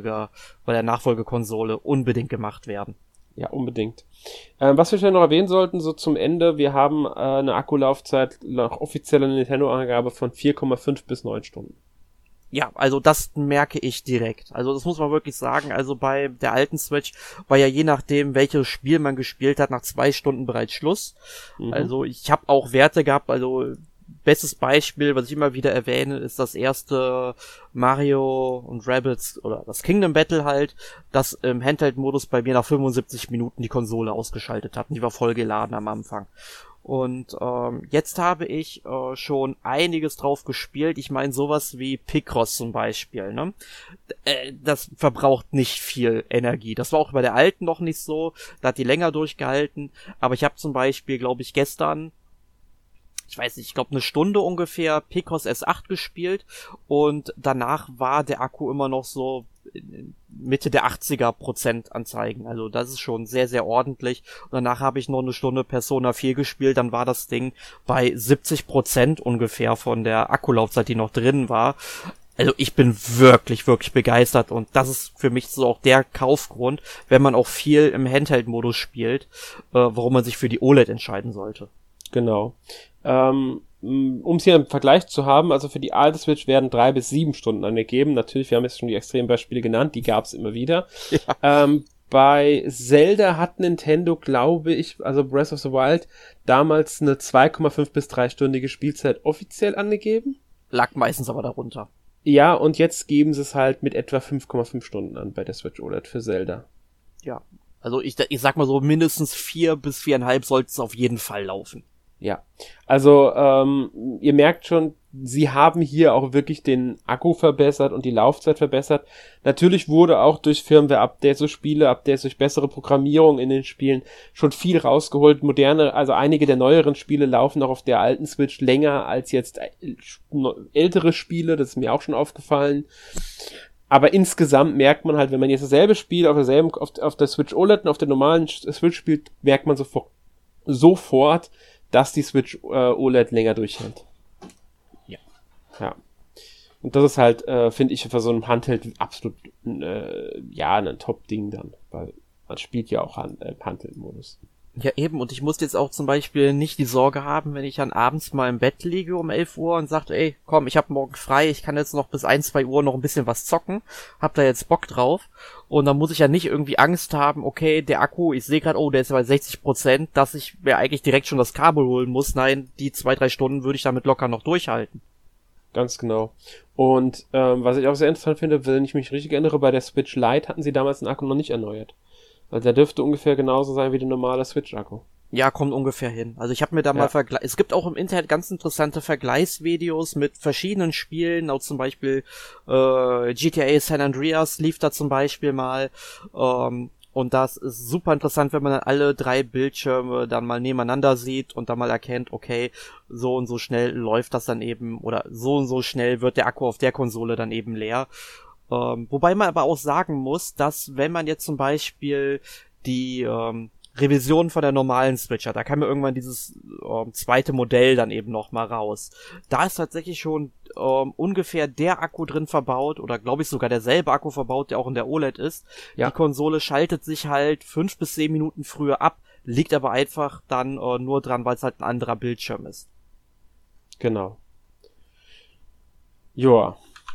der Nachfolgekonsole unbedingt gemacht werden. Ja, unbedingt. Was wir vielleicht noch erwähnen sollten, so zum Ende, wir haben eine Akkulaufzeit nach offizieller Nintendo-Angabe von 4,5 bis 9 Stunden. Ja, also das merke ich direkt. Also das muss man wirklich sagen. Also bei der alten Switch war ja je nachdem, welches Spiel man gespielt hat, nach 2 Stunden bereits Schluss. Also ich habe auch Werte gehabt, also bestes Beispiel, was ich immer wieder erwähne, ist das erste Mario und Rabbids oder das Kingdom Battle halt, das im Handheld-Modus bei mir nach 75 Minuten die Konsole ausgeschaltet hat und die war voll geladen am Anfang. Und jetzt habe ich schon einiges drauf gespielt. Ich meine sowas wie Picross zum Beispiel, ne? Das verbraucht nicht viel Energie. Das war auch bei der alten noch nicht so. Da hat die länger durchgehalten. Aber ich habe zum Beispiel, glaube ich, gestern, ich weiß nicht, ich glaube 1 Stunde ungefähr Picross S8 gespielt und danach war der Akku immer noch so Mitte der 80er% Anzeigen. Also das ist schon sehr, sehr ordentlich. Und danach habe ich noch 1 Stunde Persona 4 gespielt, dann war das Ding bei 70% ungefähr von der Akkulaufzeit, die noch drin war. Also ich bin wirklich, wirklich begeistert und das ist für mich so auch der Kaufgrund, wenn man auch viel im Handheld-Modus spielt, warum man sich für die OLED entscheiden sollte. Genau. Um es hier im Vergleich zu haben, also für die alte Switch werden 3 bis 7 Stunden angegeben. Natürlich, wir haben jetzt schon die Extrembeispiele genannt, die gab es immer wieder. Ja. bei Zelda hat Nintendo, glaube ich, also Breath of the Wild, damals eine 2,5 bis 3-stündige Spielzeit offiziell angegeben. Lag meistens aber darunter. Ja, und jetzt geben sie es halt mit etwa 5,5 Stunden an bei der Switch OLED für Zelda. Ja, also ich sag mal so, mindestens 4 bis 4,5 sollte es auf jeden Fall laufen. Ja, also ihr merkt schon, sie haben hier auch wirklich den Akku verbessert und die Laufzeit verbessert. Natürlich wurde auch durch Firmware-Updates, durch Spiele-Updates, durch bessere Programmierung in den Spielen schon viel rausgeholt. Moderne, also einige der neueren Spiele laufen auch auf der alten Switch länger als jetzt ältere Spiele, das ist mir auch schon aufgefallen. Aber insgesamt merkt man halt, wenn man jetzt dasselbe Spiel auf der Switch OLED und auf der normalen Switch spielt, merkt man sofort, dass die Switch OLED länger durchhält. Ja. Und das ist halt, finde ich, für so ein Handheld absolut, ein Top-Ding dann, weil man spielt ja auch Handheld-Modus. Ja, eben, und ich muss jetzt auch zum Beispiel nicht die Sorge haben, wenn ich dann abends mal im Bett liege um 11 Uhr und sage, ey, komm, ich hab morgen frei, ich kann jetzt noch bis 1, 2 Uhr noch ein bisschen was zocken, hab da jetzt Bock drauf, und dann muss ich ja nicht irgendwie Angst haben, okay, der Akku, ich sehe gerade, oh, der ist ja bei 60%, dass ich mir eigentlich direkt schon das Kabel holen muss. Nein, die 2, 3 Stunden würde ich damit locker noch durchhalten. Ganz genau. Und was ich auch sehr interessant finde, wenn ich mich richtig erinnere, bei der Switch Lite hatten sie damals den Akku noch nicht erneuert. Also der dürfte ungefähr genauso sein wie der normale Switch-Akku. Ja, kommt ungefähr hin. Also ich habe mir da mal es gibt auch im Internet ganz interessante Vergleichsvideos mit verschiedenen Spielen, auch zum Beispiel GTA San Andreas lief da zum Beispiel mal. Und das ist super interessant, wenn man dann alle 3 Bildschirme dann mal nebeneinander sieht und dann mal erkennt, okay, so und so schnell läuft das dann eben, oder so und so schnell wird der Akku auf der Konsole dann eben leer. Wobei man aber auch sagen muss, dass wenn man jetzt zum Beispiel die Revision von der normalen Switch hat, da kam ja irgendwann dieses zweite Modell dann eben noch mal raus. Da ist tatsächlich schon ungefähr der Akku drin verbaut, oder glaube ich sogar derselbe Akku verbaut, der auch in der OLED ist. Ja. Die Konsole schaltet sich halt 5 bis 10 Minuten früher ab, liegt aber einfach dann nur dran, weil es halt ein anderer Bildschirm ist. Genau. Joa.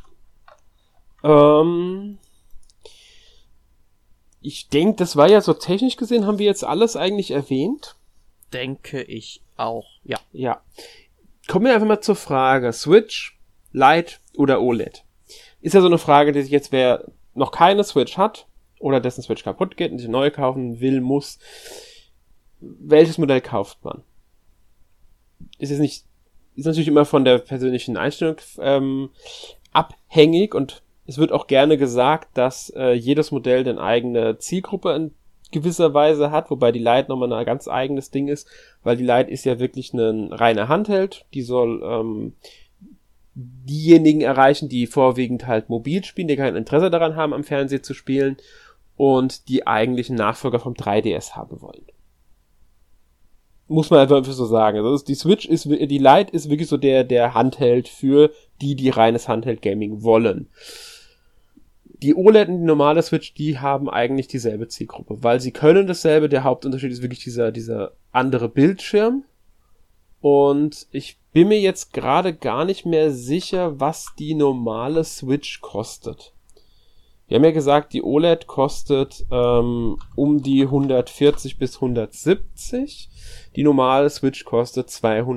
Ich denke, das war ja so technisch gesehen, haben wir jetzt alles eigentlich erwähnt. Denke ich auch, ja. Ja. Kommen wir einfach mal zur Frage, Switch, Lite oder OLED? Ist ja so eine Frage, die sich jetzt, wer noch keine Switch hat oder dessen Switch kaputt geht und sich eine neue kaufen will, muss, welches Modell kauft man? Ist natürlich immer von der persönlichen Einstellung abhängig, und es wird auch gerne gesagt, dass jedes Modell eine eigene Zielgruppe in gewisser Weise hat, wobei die Lite nochmal ein ganz eigenes Ding ist, weil die Lite ist ja wirklich ein reiner Handheld, die soll diejenigen erreichen, die vorwiegend halt mobil spielen, die kein Interesse daran haben, am Fernseher zu spielen und die eigentlichen Nachfolger vom 3DS haben wollen. Muss man einfach so sagen. Also die Lite ist wirklich so der Handheld für die reines Handheld-Gaming wollen. Die OLED und die normale Switch, die haben eigentlich dieselbe Zielgruppe, weil sie können dasselbe. Der Hauptunterschied ist wirklich dieser andere Bildschirm. Und ich bin mir jetzt gerade gar nicht mehr sicher, was die normale Switch kostet. Wir haben ja gesagt, die OLED kostet um die 140 bis 170. Die normale Switch kostet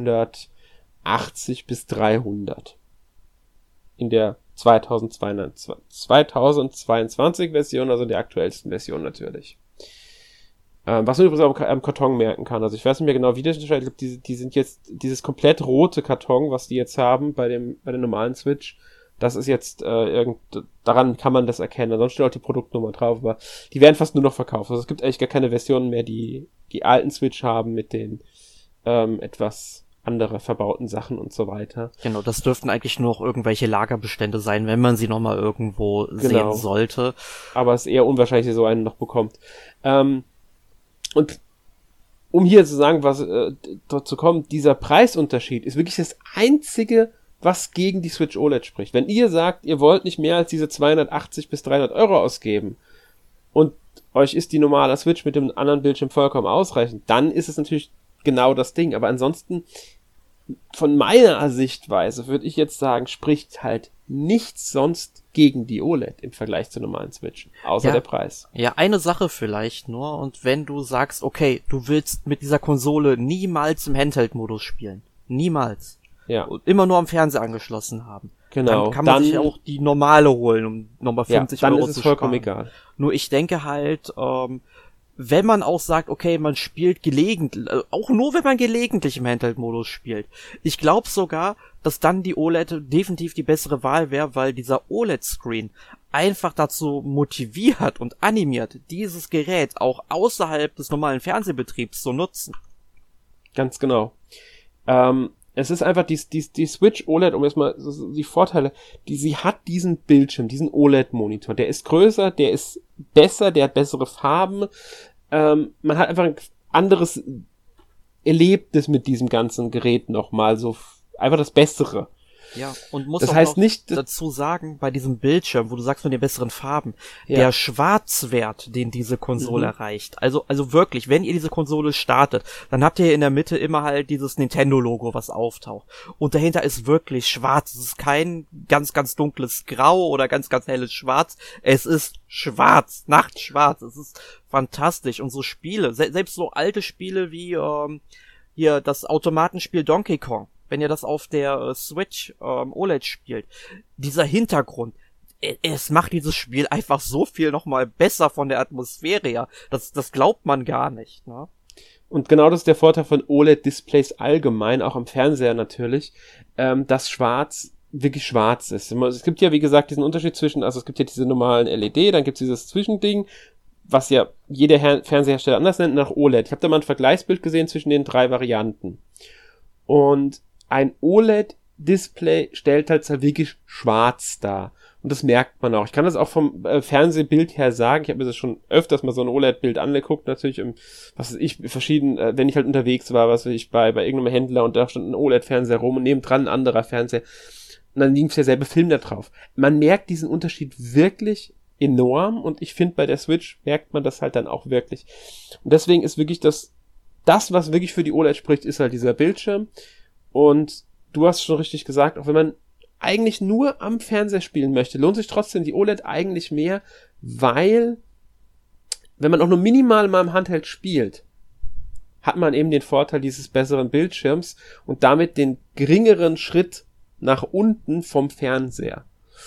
280 bis 300. In der 2022 Version, also der aktuellsten Version natürlich. Was man übrigens auch am Karton merken kann. Also ich weiß nicht mehr genau, wie das unterscheidet. Ich glaube, die sind jetzt dieses komplett rote Karton, was die jetzt haben bei der normalen Switch. Das ist jetzt daran kann man das erkennen. Ansonsten steht auch die Produktnummer drauf, aber die werden fast nur noch verkauft. Also es gibt eigentlich gar keine Versionen mehr, die alten Switch haben mit den etwas andere verbauten Sachen und so weiter. Genau, das dürften eigentlich nur noch irgendwelche Lagerbestände sein, wenn man sie nochmal irgendwo sehen sollte. Aber es ist eher unwahrscheinlich, dass ihr so einen noch bekommt. Und um hier zu sagen, was dort zu kommen, dieser Preisunterschied ist wirklich das einzige, was gegen die Switch OLED spricht. Wenn ihr sagt, ihr wollt nicht mehr als diese 280 bis 300 Euro ausgeben und euch ist die normale Switch mit dem anderen Bildschirm vollkommen ausreichend, dann ist es natürlich genau das Ding. Aber ansonsten von meiner Sichtweise würde ich jetzt sagen, spricht halt nichts sonst gegen die OLED im Vergleich zur normalen Switch, außer der Preis. Ja, eine Sache vielleicht nur, und wenn du sagst, okay, du willst mit dieser Konsole niemals im Handheld-Modus spielen, niemals, und immer nur am Fernseher angeschlossen haben, genau, dann kann man sich auch die normale holen, um nochmal 50 dann Euro ist es zu vollkommen sparen. egal. Nur ich denke halt, wenn man auch sagt, okay, man spielt gelegentlich, auch nur wenn man gelegentlich im Handheld-Modus spielt. Ich glaube sogar, dass dann die OLED definitiv die bessere Wahl wäre, weil dieser OLED-Screen einfach dazu motiviert und animiert, dieses Gerät auch außerhalb des normalen Fernsehbetriebs zu nutzen. Ganz genau. Es ist einfach die Switch OLED, um jetzt mal die Vorteile, sie hat diesen Bildschirm, diesen OLED-Monitor, der ist größer, der ist besser, der hat bessere Farben, man hat einfach ein anderes Erlebnis mit diesem ganzen Gerät nochmal, so einfach das Bessere. Ja, und muss das auch heißt noch nicht, dazu sagen, bei diesem Bildschirm, wo du sagst von den besseren Farben, Ja. der Schwarzwert, den diese Konsole erreicht, also wirklich, wenn ihr diese Konsole startet, dann habt ihr in der Mitte immer halt dieses Nintendo-Logo, was auftaucht. Und dahinter ist wirklich schwarz. Es ist kein ganz, ganz dunkles Grau oder ganz, ganz helles Schwarz. Es ist schwarz, nachtschwarz. Es ist fantastisch. Und so Spiele, selbst so alte Spiele wie hier das Automatenspiel Donkey Kong, wenn ihr das auf der Switch OLED spielt, dieser Hintergrund, es macht dieses Spiel einfach so viel nochmal besser von der Atmosphäre her. Das glaubt man gar nicht, ne? Und genau das ist der Vorteil von OLED-Displays allgemein, auch am Fernseher natürlich, dass schwarz wirklich schwarz ist. Es gibt ja, wie gesagt, diesen Unterschied zwischen, also es gibt ja diese normalen LED, dann gibt es dieses Zwischending, was ja jeder Fernsehersteller anders nennt, nach OLED. Ich habe da mal ein Vergleichsbild gesehen zwischen den 3 Varianten. Und ein OLED-Display stellt halt wirklich schwarz dar. Und das merkt man auch. Ich kann das auch vom Fernsehbild her sagen. Ich habe mir das schon öfters mal so ein OLED-Bild angeguckt. Natürlich was weiß ich, verschieden, wenn ich halt unterwegs war, was weiß ich, bei irgendeinem Händler und da stand ein OLED-Fernseher rum und nebendran ein anderer Fernseher. Und dann lief derselbe Film da drauf. Man merkt diesen Unterschied wirklich enorm und ich finde, bei der Switch merkt man das halt dann auch wirklich. Und deswegen ist wirklich das, was wirklich für die OLED spricht, ist halt dieser Bildschirm. Und du hast schon richtig gesagt, auch wenn man eigentlich nur am Fernseher spielen möchte, lohnt sich trotzdem die OLED eigentlich mehr, weil, wenn man auch nur minimal mal im Handheld spielt, hat man eben den Vorteil dieses besseren Bildschirms und damit den geringeren Schritt nach unten vom Fernseher.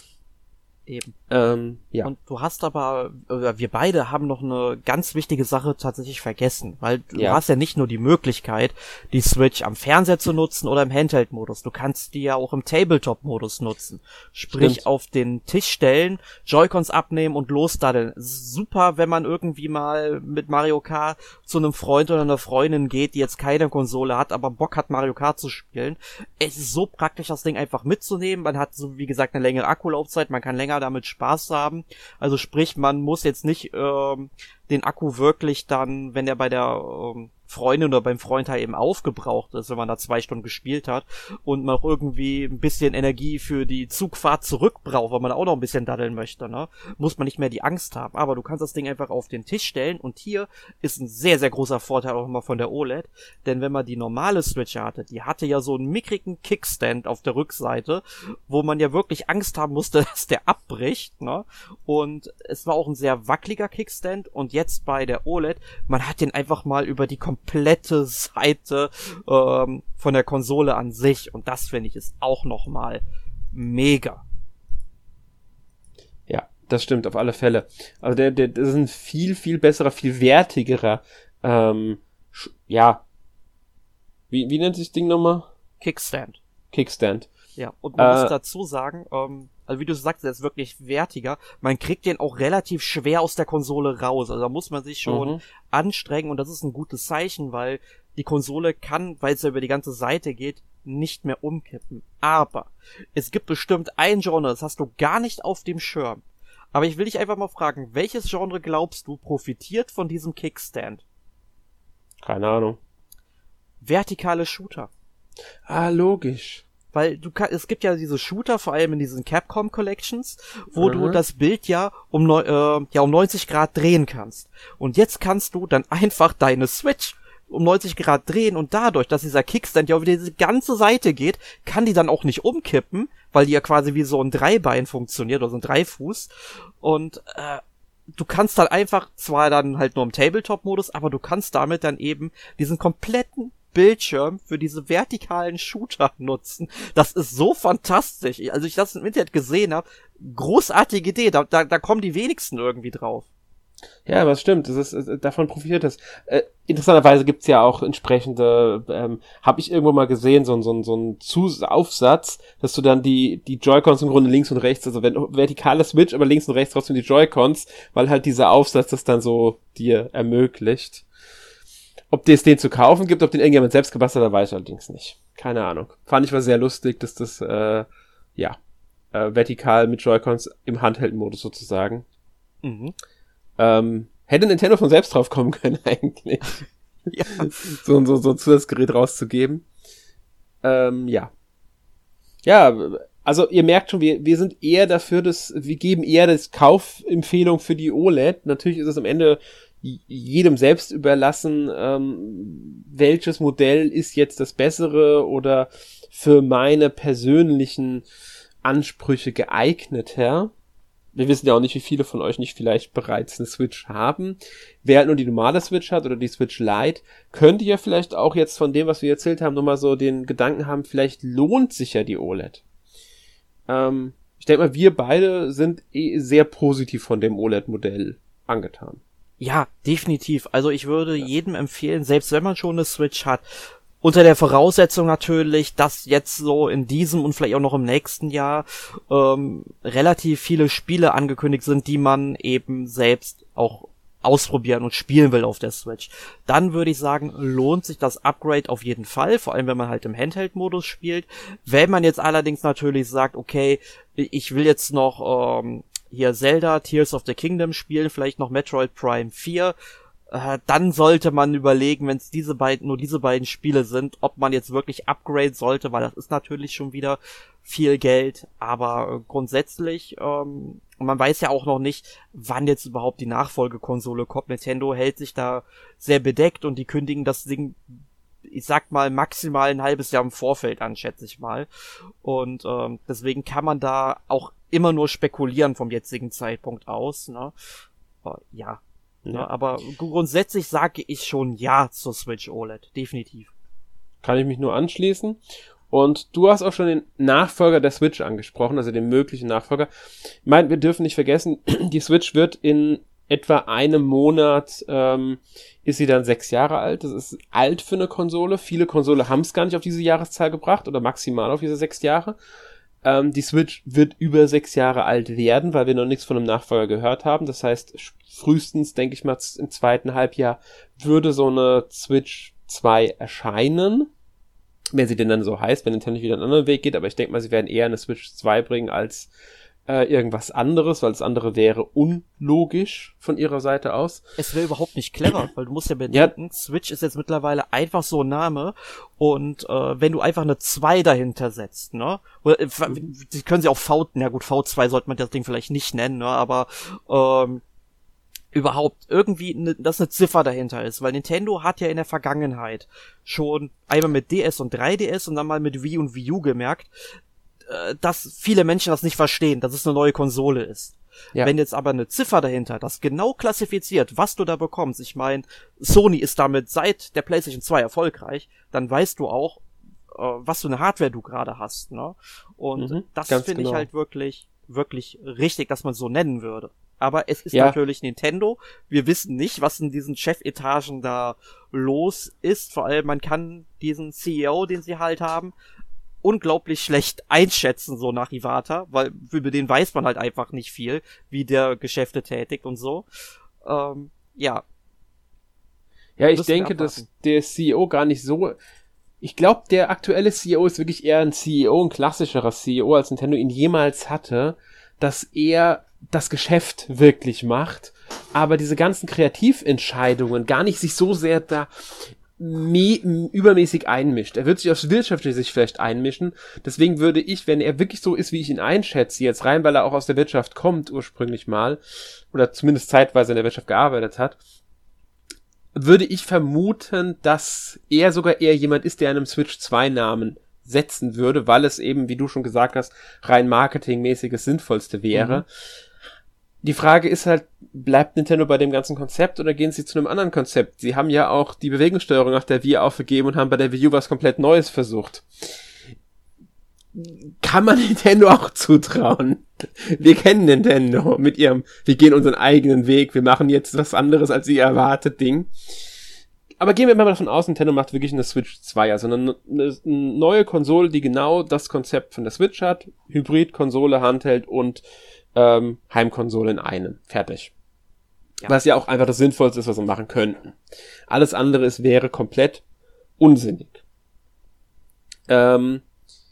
Eben. Ja. Und du hast aber, oder wir beide haben noch eine ganz wichtige Sache tatsächlich vergessen, weil du hast ja nicht nur die Möglichkeit, die Switch am Fernseher zu nutzen oder im Handheld-Modus, du kannst die ja auch im Tabletop-Modus nutzen. Sprich, Stimmt. auf den Tisch stellen, Joy-Cons abnehmen und losdaddeln. Super, wenn man irgendwie mal mit Mario Kart zu einem Freund oder einer Freundin geht, die jetzt keine Konsole hat, aber Bock hat, Mario Kart zu spielen. Es ist so praktisch, das Ding einfach mitzunehmen. Man hat, so wie gesagt, eine längere Akkulaufzeit, man kann länger damit Spaß haben. Also sprich, man muss jetzt nicht den Akku wirklich dann, wenn er bei der Freundin oder beim Freund halt eben aufgebraucht ist, wenn man da 2 Stunden gespielt hat und man auch irgendwie ein bisschen Energie für die Zugfahrt zurück braucht, weil man auch noch ein bisschen daddeln möchte, ne? Muss man nicht mehr die Angst haben. Aber du kannst das Ding einfach auf den Tisch stellen und hier ist ein sehr, sehr großer Vorteil auch immer von der OLED, denn wenn man die normale Switch hatte, die hatte ja so einen mickrigen Kickstand auf der Rückseite, wo man ja wirklich Angst haben musste, dass der abbricht, ne? Und es war auch ein sehr wackeliger Kickstand und jetzt bei der OLED, man hat den einfach mal über die komplette Seite von der Konsole an sich und das finde ich ist auch nochmal mega. Ja, das stimmt auf alle Fälle. Also das ist ein viel, viel besserer, viel wertigerer, wie nennt sich das Ding nochmal? Kickstand. Kickstand. Ja, und man muss dazu sagen, also wie du sagst, der ist wirklich wertiger. Man kriegt den auch relativ schwer aus der Konsole raus. Also da muss man sich schon anstrengen und das ist ein gutes Zeichen, weil die Konsole kann, weil es ja über die ganze Seite geht, nicht mehr umkippen. Aber es gibt bestimmt ein Genre, das hast du gar nicht auf dem Schirm. Aber ich will dich einfach mal fragen, welches Genre glaubst du profitiert von diesem Kickstand? Keine Ahnung. Vertikale Shooter. Ah, logisch. Weil es gibt ja diese Shooter, vor allem in diesen Capcom Collections, wo du das Bild ja um 90 Grad drehen kannst. Und jetzt kannst du dann einfach deine Switch um 90 Grad drehen und dadurch, dass dieser Kickstand ja über diese ganze Seite geht, kann die dann auch nicht umkippen, weil die ja quasi wie so ein Dreibein funktioniert oder so ein Dreifuß und du kannst dann einfach, zwar dann halt nur im Tabletop-Modus, aber du kannst damit dann eben diesen kompletten Bildschirm für diese vertikalen Shooter nutzen. Das ist so fantastisch. Als ich das im Internet gesehen habe, großartige Idee, da kommen die wenigsten irgendwie drauf. Ja, das stimmt. Das ist, davon profitiert es. Interessanterweise gibt's ja auch entsprechende, habe ich irgendwo mal gesehen, so ein Aufsatz, dass du dann die Joy-Cons im Grunde links und rechts, also wenn vertikale Switch, aber links und rechts trotzdem die Joy-Cons, weil halt dieser Aufsatz das dann so dir ermöglicht. Ob es den zu kaufen gibt, ob den irgendjemand selbst gebastelt hat, weiß ich allerdings nicht. Keine Ahnung. Fand ich war sehr lustig, dass das, vertikal mit Joy-Cons im Handheld-Modus sozusagen. Mhm. Hätte Nintendo von selbst drauf kommen können, eigentlich. Ja. So ein Zusatzgerät rauszugeben. Ja, also ihr merkt schon, wir sind eher dafür, wir geben eher das Kaufempfehlung für die OLED. Natürlich ist es am Ende jedem selbst überlassen, welches Modell ist jetzt das bessere oder für meine persönlichen Ansprüche geeigneter. Wir wissen ja auch nicht, wie viele von euch nicht vielleicht bereits eine Switch haben. Wer halt nur die normale Switch hat oder die Switch Lite, könnte ja vielleicht auch jetzt von dem, was wir erzählt haben, nochmal so den Gedanken haben, vielleicht lohnt sich ja die OLED. Ich denke mal, wir beide sind sehr positiv von dem OLED-Modell angetan. Ja, definitiv. Also ich würde jedem empfehlen, selbst wenn man schon eine Switch hat, unter der Voraussetzung natürlich, dass jetzt so in diesem und vielleicht auch noch im nächsten Jahr relativ viele Spiele angekündigt sind, die man eben selbst auch ausprobieren und spielen will auf der Switch. Dann würde ich sagen, lohnt sich das Upgrade auf jeden Fall, vor allem wenn man halt im Handheld-Modus spielt. Wenn man jetzt allerdings natürlich sagt, okay, ich will jetzt noch hier Zelda, Tears of the Kingdom spielen, vielleicht noch Metroid Prime 4, dann sollte man überlegen, wenn es nur diese beiden Spiele sind, ob man jetzt wirklich upgrade sollte, weil das ist natürlich schon wieder viel Geld, aber grundsätzlich, und man weiß ja auch noch nicht, wann jetzt überhaupt die Nachfolgekonsole kommt. Nintendo hält sich da sehr bedeckt und die kündigen das Ding, ich sag mal, maximal ein halbes Jahr im Vorfeld an, schätze ich mal. Und deswegen kann man da auch immer nur spekulieren vom jetzigen Zeitpunkt aus, ne? Ja. Ja, aber grundsätzlich sage ich schon ja zur Switch OLED, definitiv. Kann ich mich nur anschließen. Und du hast auch schon den Nachfolger der Switch angesprochen, also den möglichen Nachfolger. Ich meine, wir dürfen nicht vergessen, die Switch wird in etwa einem Monat, ist sie dann 6 Jahre alt. Das ist alt für eine Konsole. Viele Konsole haben es gar nicht auf diese Jahreszahl gebracht oder maximal auf diese 6 Jahre. Die Switch wird über 6 Jahre alt werden, weil wir noch nichts von einem Nachfolger gehört haben. Das heißt, frühestens, denke ich mal, im zweiten Halbjahr würde so eine Switch 2 erscheinen. Wenn sie denn dann so heißt, wenn Nintendo wieder einen anderen Weg geht. Aber ich denke mal, sie werden eher eine Switch 2 bringen als irgendwas anderes, weil das andere wäre unlogisch von ihrer Seite aus. Es wäre überhaupt nicht clever, weil du musst ja bedenken, Switch ist jetzt mittlerweile einfach so ein Name und wenn du einfach eine 2 dahinter setzt, ne? Oder, die können sie auch V2 sollte man das Ding vielleicht nicht nennen, ne? Aber überhaupt irgendwie, dass eine Ziffer dahinter ist, weil Nintendo hat ja in der Vergangenheit schon einmal mit DS und 3DS und dann mal mit Wii und Wii U gemerkt, dass viele Menschen das nicht verstehen, dass es eine neue Konsole ist. Ja. Wenn jetzt aber eine Ziffer dahinter das genau klassifiziert, was du da bekommst, ich meine, Sony ist damit seit der PlayStation 2 erfolgreich, dann weißt du auch, was für eine Hardware du gerade hast, ne? Und das finde ich halt wirklich, wirklich richtig, dass man es so nennen würde. Aber es ist natürlich Nintendo. Wir wissen nicht, was in diesen Chefetagen da los ist. Vor allem, man kann diesen CEO, den sie halt haben, unglaublich schlecht einschätzen, so nach Iwata, weil über den weiß man halt einfach nicht viel, wie der Geschäfte tätigt und so. Ja. Ja, ich denke, dass der CEO gar nicht so... Ich glaube, der aktuelle CEO ist wirklich eher ein CEO, ein klassischerer CEO, als Nintendo ihn jemals hatte, dass er das Geschäft wirklich macht, aber diese ganzen Kreativentscheidungen gar nicht sich so sehr da übermäßig einmischt. Er wird sich aufs Wirtschaftliche vielleicht einmischen. Deswegen würde ich, wenn er wirklich so ist, wie ich ihn einschätze, jetzt rein, weil er auch aus der Wirtschaft kommt ursprünglich mal, oder zumindest zeitweise in der Wirtschaft gearbeitet hat, würde ich vermuten, dass er sogar eher jemand ist, der einem Switch 2 Namen setzen würde, weil es eben, wie du schon gesagt hast, rein marketingmäßig das Sinnvollste wäre. Die Frage ist halt, bleibt Nintendo bei dem ganzen Konzept oder gehen sie zu einem anderen Konzept? Sie haben ja auch die Bewegungssteuerung nach der Wii aufgegeben und haben bei der Wii U was komplett Neues versucht. Kann man Nintendo auch zutrauen? Wir kennen Nintendo mit ihrem, wir gehen unseren eigenen Weg, wir machen jetzt was anderes als ihr erwartet Ding. Aber gehen wir mal davon aus, Nintendo macht wirklich eine Switch 2, also eine neue Konsole, die genau das Konzept von der Switch hat. Hybrid, Konsole, Handheld und Heimkonsole in einem. Fertig. Ja. Was ja auch einfach das Sinnvollste ist, was wir machen könnten. Alles andere wäre komplett unsinnig. Deiner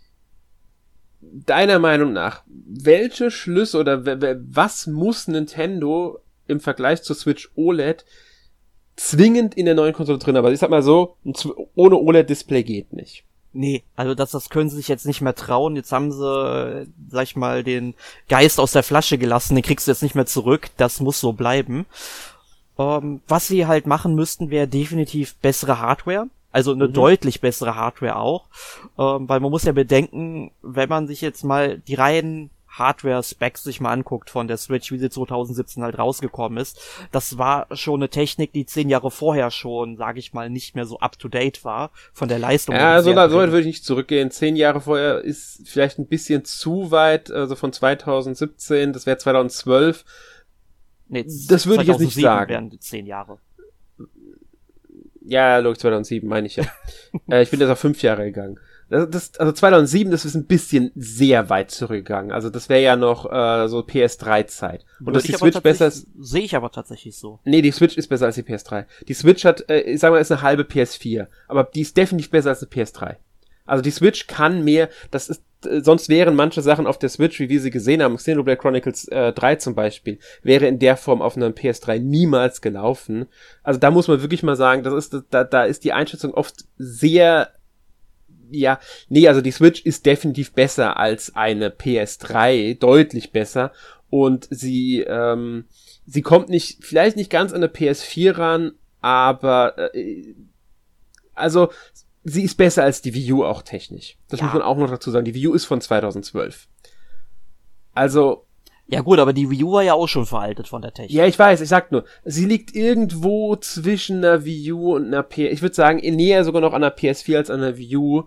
Meinung nach, welche Schlüsse oder was muss Nintendo im Vergleich zur Switch OLED zwingend in der neuen Konsole drin haben? Aber ich sag mal so, ohne OLED-Display geht nicht. Nee, also das können sie sich jetzt nicht mehr trauen. Jetzt haben sie, sag ich mal, den Geist aus der Flasche gelassen. Den kriegst du jetzt nicht mehr zurück. Das muss so bleiben. Was sie halt machen müssten, wäre definitiv bessere Hardware. Also eine deutlich bessere Hardware auch. Weil man muss ja bedenken, wenn man sich jetzt mal die reinen Hardware-Specs sich mal anguckt von der Switch, wie sie 2017 halt rausgekommen ist, das war schon eine Technik, die 10 Jahre vorher schon, sage ich mal, nicht mehr so up-to-date war, von der Leistung. Ja, so weit würde ich nicht zurückgehen. 10 Jahre vorher ist vielleicht ein bisschen zu weit, also von 2017, das wäre 2012. Nee, das würde ich jetzt nicht sagen. Wären 10 Jahre. Ja, logisch, 2007 meine ich ja. Ich bin jetzt auf 5 Jahre gegangen. Also 2007, das ist ein bisschen sehr weit zurückgegangen. Also das wäre ja noch so PS3-Zeit. Und dass die Switch besser ist... Sehe ich aber tatsächlich so. Nee, die Switch ist besser als die PS3. Die Switch hat, ich sag mal, ist eine halbe PS4. Aber die ist definitiv besser als eine PS3. Also die Switch kann mehr, das ist, sonst wären manche Sachen auf der Switch, wie wir sie gesehen haben, Xenoblade Chronicles 3 zum Beispiel, wäre in der Form auf einer PS3 niemals gelaufen. Also da muss man wirklich mal sagen, da ist die Einschätzung oft sehr... Ja, nee, also die Switch ist definitiv besser als eine PS3, deutlich besser. Und sie kommt vielleicht nicht ganz an eine PS4 ran, aber also sie ist besser als die Wii U auch technisch. Das muss man auch noch dazu sagen. Die Wii U ist von 2012. Also... Ja gut, aber die Wii U war ja auch schon veraltet von der Technik. Ja, ich weiß, ich sag nur, sie liegt irgendwo zwischen einer Wii U und einer ich würde sagen, näher sogar noch an einer PS4 als an einer Wii U,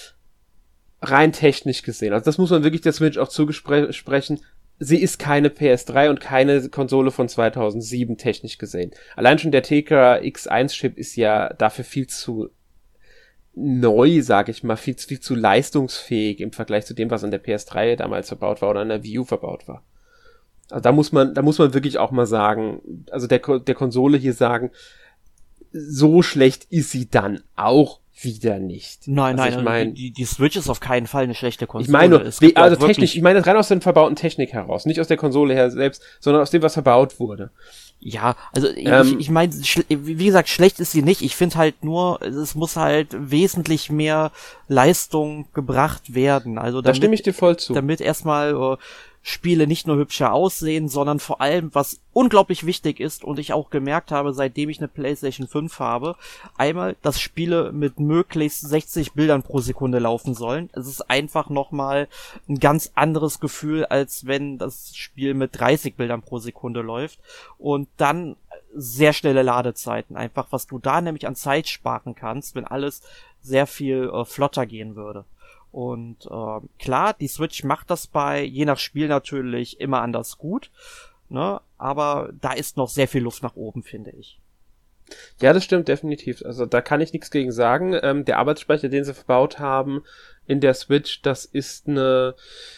rein technisch gesehen. Also das muss man wirklich der Switch auch zugesprechen. Sie ist keine PS3 und keine Konsole von 2007 technisch gesehen. Allein schon der Tegra X1-Chip ist ja dafür viel zu neu, sag ich mal, viel zu leistungsfähig im Vergleich zu dem, was an der PS3 damals verbaut war oder an der Wii U verbaut war. Also da muss man wirklich auch mal sagen, also der Konsole hier sagen, so schlecht ist sie dann auch wieder nicht. Nein, also nein, die Switch ist auf keinen Fall eine schlechte Konsole. Ich meine nur, also technisch, ich meine das rein aus der verbauten Technik heraus, nicht aus der Konsole her selbst, sondern aus dem, was verbaut wurde. Ja, also ich meine, wie gesagt, schlecht ist sie nicht. Ich finde halt nur, es muss halt wesentlich mehr Leistung gebracht werden. Also da stimme ich dir voll zu. Damit erstmal Spiele nicht nur hübscher aussehen, sondern vor allem, was unglaublich wichtig ist und ich auch gemerkt habe, seitdem ich eine PlayStation 5 habe, einmal, dass Spiele mit möglichst 60 Bildern pro Sekunde laufen sollen. Es ist einfach nochmal ein ganz anderes Gefühl, als wenn das Spiel mit 30 Bildern pro Sekunde läuft. Und dann sehr schnelle Ladezeiten. Einfach, was du da nämlich an Zeit sparen kannst, wenn alles sehr viel flotter gehen würde. Und klar, die Switch macht das je nach Spiel natürlich immer anders gut, ne? Aber da ist noch sehr viel Luft nach oben, finde ich. Ja, das stimmt definitiv. Also da kann ich nichts gegen sagen. Der Arbeitsspeicher, den sie verbaut haben in der Switch, das ist eine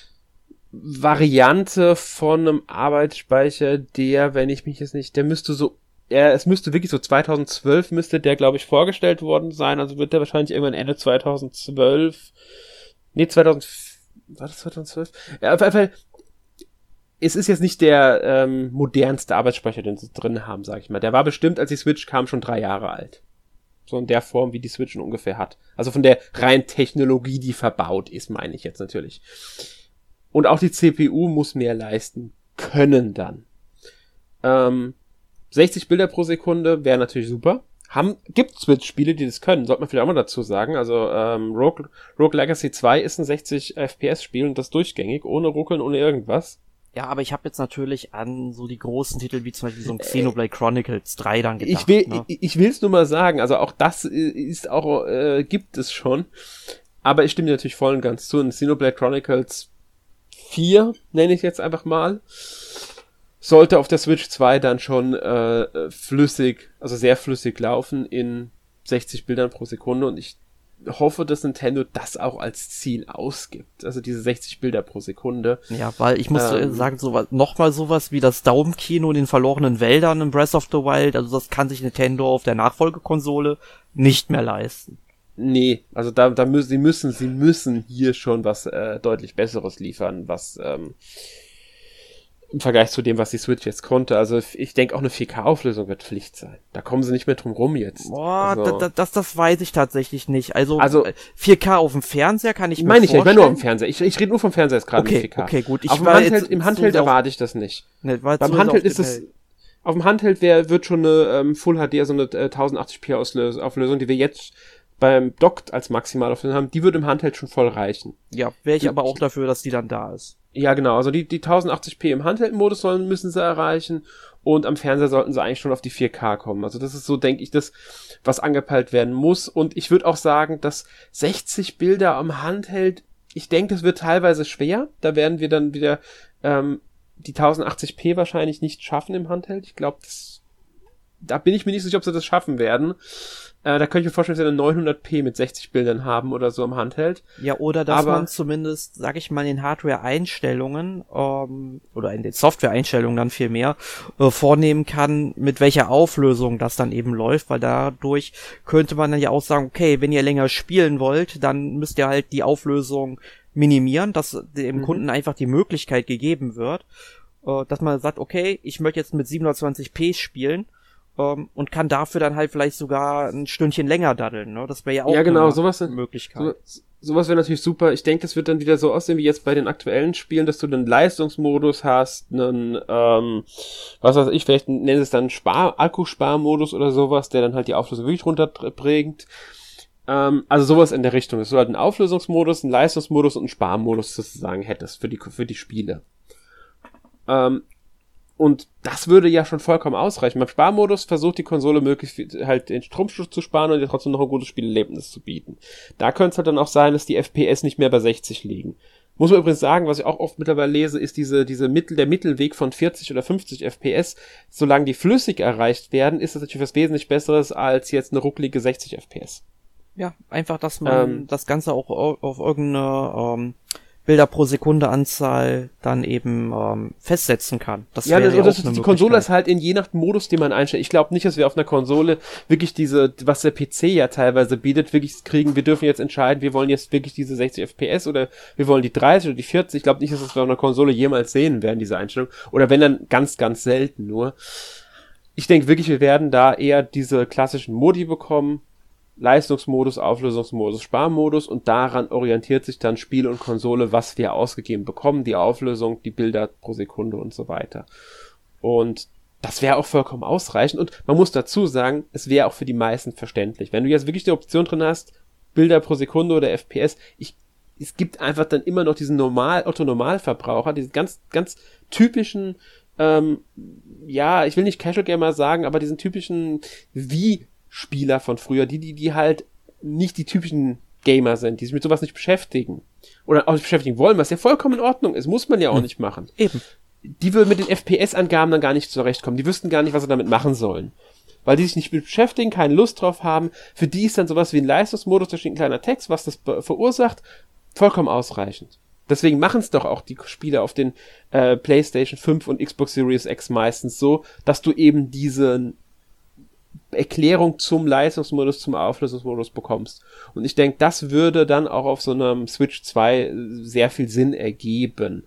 Variante von einem Arbeitsspeicher, wenn ich mich jetzt nicht, es müsste wirklich so 2012 müsste der, glaube ich, vorgestellt worden sein. Also wird der wahrscheinlich irgendwann Ende 2012. Nee, war das 2012? Ja, auf jeden Fall, es ist jetzt nicht der modernste Arbeitsspeicher, den sie drin haben, sag ich mal. Der war bestimmt, als die Switch kam, schon 3 Jahre alt. So in der Form, wie die Switch ungefähr hat. Also von der reinen Technologie, die verbaut ist, meine ich jetzt natürlich. Und auch die CPU muss mehr leisten können dann. 60 Bilder pro Sekunde wäre natürlich super. Gibt Switch-Spiele, die das können, sollte man vielleicht auch mal dazu sagen. Also Rogue Legacy 2 ist ein 60 FPS-Spiel und das durchgängig, ohne Ruckeln, ohne irgendwas. Ja, aber ich habe jetzt natürlich an so die großen Titel wie zum Beispiel so ein Xenoblade Chronicles 3 dann gedacht. Ich will's nur mal sagen, also auch das ist auch, gibt es schon. Aber ich stimme dir natürlich voll und ganz zu. Ein Xenoblade Chronicles 4, nenne ich jetzt einfach mal, sollte auf der Switch 2 dann schon flüssig, also sehr flüssig laufen in 60 Bildern pro Sekunde und ich hoffe, dass Nintendo das auch als Ziel ausgibt. Also diese 60 Bilder pro Sekunde. Ja, weil ich muss sagen, sowas wie das Daumenkino in den verlorenen Wäldern in Breath of the Wild, also das kann sich Nintendo auf der Nachfolgekonsole nicht mehr leisten. Nee, also sie müssen hier schon was deutlich Besseres liefern, was im Vergleich zu dem, was die Switch jetzt konnte. Also ich denke auch eine 4K-Auflösung wird Pflicht sein. Da kommen sie nicht mehr drum rum jetzt. Boah, also, das weiß ich tatsächlich nicht. Also 4K auf dem Fernseher kann ich mir vorstellen. Ich meine nur auf dem Fernseher. Ich rede nur vom Fernseher jetzt gerade mit 4K. Okay, gut. Im Handheld erwarte ich das nicht. Ne, beim Handheld ist es... Auf dem Handheld wird schon eine Full HD, also eine 1080p Auflösung, die wir jetzt beim Docked als Maximalauflösung haben, die würde im Handheld schon voll reichen. Ja, wäre ich aber auch dafür, dass die dann da ist. Ja, genau. Also die 1080p im Handheld-Modus müssen sie erreichen und am Fernseher sollten sie eigentlich schon auf die 4K kommen. Also das ist so, denke ich, das, was angepeilt werden muss. Und ich würde auch sagen, dass 60 Bilder am Handheld, ich denke, das wird teilweise schwer. Da werden wir dann wieder die 1080p wahrscheinlich nicht schaffen im Handheld. Ich glaube, da bin ich mir nicht sicher, ob sie das schaffen werden. Da könnte ich mir vorstellen, dass sie eine 900p mit 60 Bildern haben oder so am Handheld. Ja, oder dass man zumindest, sag ich mal, in den Hardware-Einstellungen oder in den Software-Einstellungen dann viel mehr vornehmen kann, mit welcher Auflösung das dann eben läuft, weil dadurch könnte man dann ja auch sagen, okay, wenn ihr länger spielen wollt, dann müsst ihr halt die Auflösung minimieren, dass dem Kunden einfach die Möglichkeit gegeben wird, dass man sagt, okay, ich möchte jetzt mit 720p spielen, und kann dafür dann halt vielleicht sogar ein Stündchen länger daddeln, ne? Das wäre ja auch eine Möglichkeit. Sowas wäre natürlich super. Ich denke, das wird dann wieder so aussehen wie jetzt bei den aktuellen Spielen, dass du einen Leistungsmodus hast, einen, was weiß ich, vielleicht nennen es dann Akkusparmodus oder sowas, der dann halt die Auflösung wirklich runterbringt. Also sowas in der Richtung. Dass du halt einen Auflösungsmodus, einen Leistungsmodus und einen Sparmodus sozusagen hättest für die Spiele. Und das würde ja schon vollkommen ausreichen. Beim Sparmodus versucht die Konsole möglichst halt den Stromschutz zu sparen und dir trotzdem noch ein gutes Spielerlebnis zu bieten. Da könnte es halt dann auch sein, dass die FPS nicht mehr bei 60 liegen. Muss man übrigens sagen, was ich auch oft mittlerweile lese, ist der Mittelweg von 40 oder 50 FPS. Solange die flüssig erreicht werden, ist das natürlich was wesentlich Besseres als jetzt eine rucklige 60 FPS. Ja, einfach, dass man das Ganze auch auf irgendeine Bilder pro Sekunde Anzahl dann eben festsetzen kann. Das wäre ja auch eine die Konsole ist halt je nach Modus, den man einstellt. Ich glaube nicht, dass wir auf einer Konsole wirklich was der PC ja teilweise bietet, wirklich kriegen, wir dürfen jetzt entscheiden, wir wollen jetzt wirklich diese 60 FPS oder wir wollen die 30 oder die 40. Ich glaube nicht, dass wir auf einer Konsole jemals sehen werden, diese Einstellung. Oder wenn dann ganz, ganz selten nur. Ich denke wirklich, wir werden da eher diese klassischen Modi bekommen. Leistungsmodus, Auflösungsmodus, Sparmodus und daran orientiert sich dann Spiel und Konsole, was wir ausgegeben bekommen, die Auflösung, die Bilder pro Sekunde und so weiter. Und das wäre auch vollkommen ausreichend und man muss dazu sagen, es wäre auch für die meisten verständlich. Wenn du jetzt wirklich die Option drin hast, Bilder pro Sekunde oder FPS, es gibt einfach dann immer noch diesen Otto-Normalverbraucher, diesen ganz, ganz typischen, ich will nicht Casual Gamer sagen, aber diesen typischen Spieler von früher, die halt nicht die typischen Gamer sind, die sich mit sowas nicht beschäftigen. Oder auch nicht beschäftigen wollen, was ja vollkommen in Ordnung ist, muss man ja auch nicht machen. Eben. Die würden mit den FPS-Angaben dann gar nicht zurechtkommen. Die wüssten gar nicht, was sie damit machen sollen. Weil die sich nicht mit beschäftigen, keine Lust drauf haben. Für die ist dann sowas wie ein Leistungsmodus, da steht ein kleiner Text, was das verursacht, vollkommen ausreichend. Deswegen machen es doch auch die Spiele auf den PlayStation 5 und Xbox Series X meistens so, dass du eben diese Erklärung zum Leistungsmodus, zum Auflösungsmodus bekommst. Und ich denke, das würde dann auch auf so einem Switch 2 sehr viel Sinn ergeben.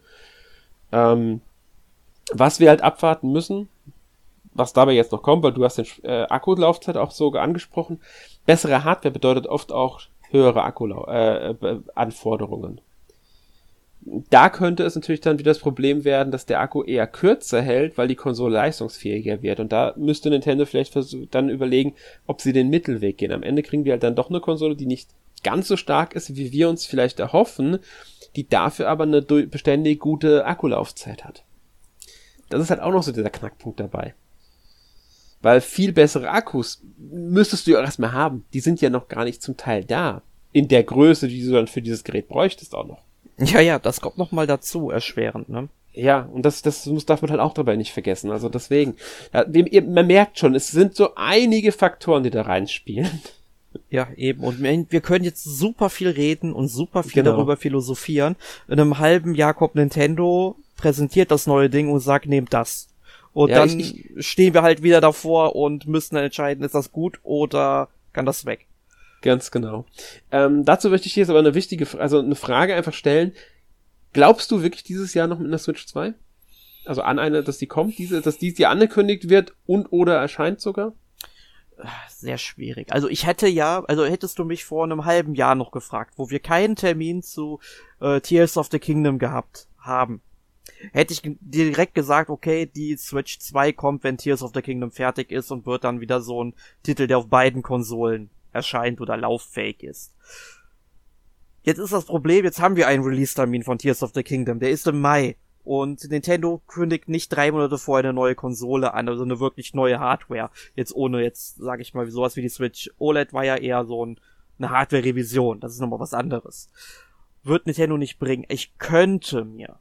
Was wir halt abwarten müssen, was dabei jetzt noch kommt, weil du hast den Akkulaufzeit auch so angesprochen, bessere Hardware bedeutet oft auch höhere Anforderungen. Da könnte es natürlich dann wieder das Problem werden, dass der Akku eher kürzer hält, weil die Konsole leistungsfähiger wird. Und da müsste Nintendo vielleicht dann überlegen, ob sie den Mittelweg gehen. Am Ende kriegen wir halt dann doch eine Konsole, die nicht ganz so stark ist, wie wir uns vielleicht erhoffen, die dafür aber eine beständig gute Akkulaufzeit hat. Das ist halt auch noch so dieser Knackpunkt dabei. Weil viel bessere Akkus müsstest du ja erstmal haben. Die sind ja noch gar nicht zum Teil da. In der Größe, die du dann für dieses Gerät bräuchtest auch noch. Ja, das kommt noch mal dazu, erschwerend, ne? Ja, und darf man halt auch dabei nicht vergessen. Also deswegen, ja, man merkt schon, es sind so einige Faktoren, die da reinspielen. Ja, eben. Und wir können jetzt super viel reden und super viel Genau. darüber philosophieren. In einem halben Jahr kommt Nintendo, präsentiert das neue Ding und sagt, nehmt das. Und Ja, dann stehen wir halt wieder davor und müssen dann entscheiden, ist das gut oder kann das weg? Ganz genau. Dazu möchte ich jetzt aber eine Frage einfach stellen. Glaubst du wirklich dieses Jahr noch mit einer Switch 2? Also dass die kommt, dass die angekündigt wird und oder erscheint sogar? Sehr schwierig. Also hättest du mich vor einem halben Jahr noch gefragt, wo wir keinen Termin zu Tears of the Kingdom gehabt haben, hätte ich direkt gesagt, okay, die Switch 2 kommt, wenn Tears of the Kingdom fertig ist und wird dann wieder so ein Titel, der auf beiden Konsolen erscheint oder lauffähig ist. Jetzt ist das Problem, jetzt haben wir einen Release-Termin von Tears of the Kingdom, der ist im Mai. Und Nintendo kündigt nicht 3 Monate vorher eine neue Konsole an, also eine wirklich neue Hardware. Sag ich mal, sowas wie die Switch OLED war ja eher so eine Hardware-Revision. Das ist nochmal was anderes. Wird Nintendo nicht bringen. Ich könnte mir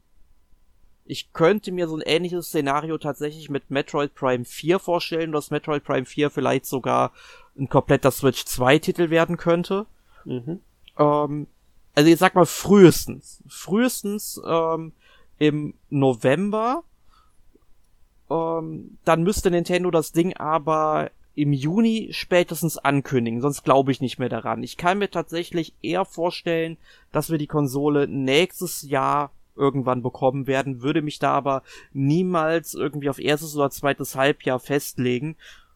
so ein ähnliches Szenario tatsächlich mit Metroid Prime 4 vorstellen, dass Metroid Prime 4 vielleicht sogar ein kompletter Switch 2 Titel werden könnte. Mhm. Also ich sag mal frühestens im November, dann müsste Nintendo das Ding aber im Juni spätestens ankündigen, sonst glaube ich nicht mehr daran. Ich kann mir tatsächlich eher vorstellen, dass wir die Konsole nächstes Jahr irgendwann bekommen werden, würde mich da aber niemals irgendwie auf erstes oder zweites Halbjahr festlegen.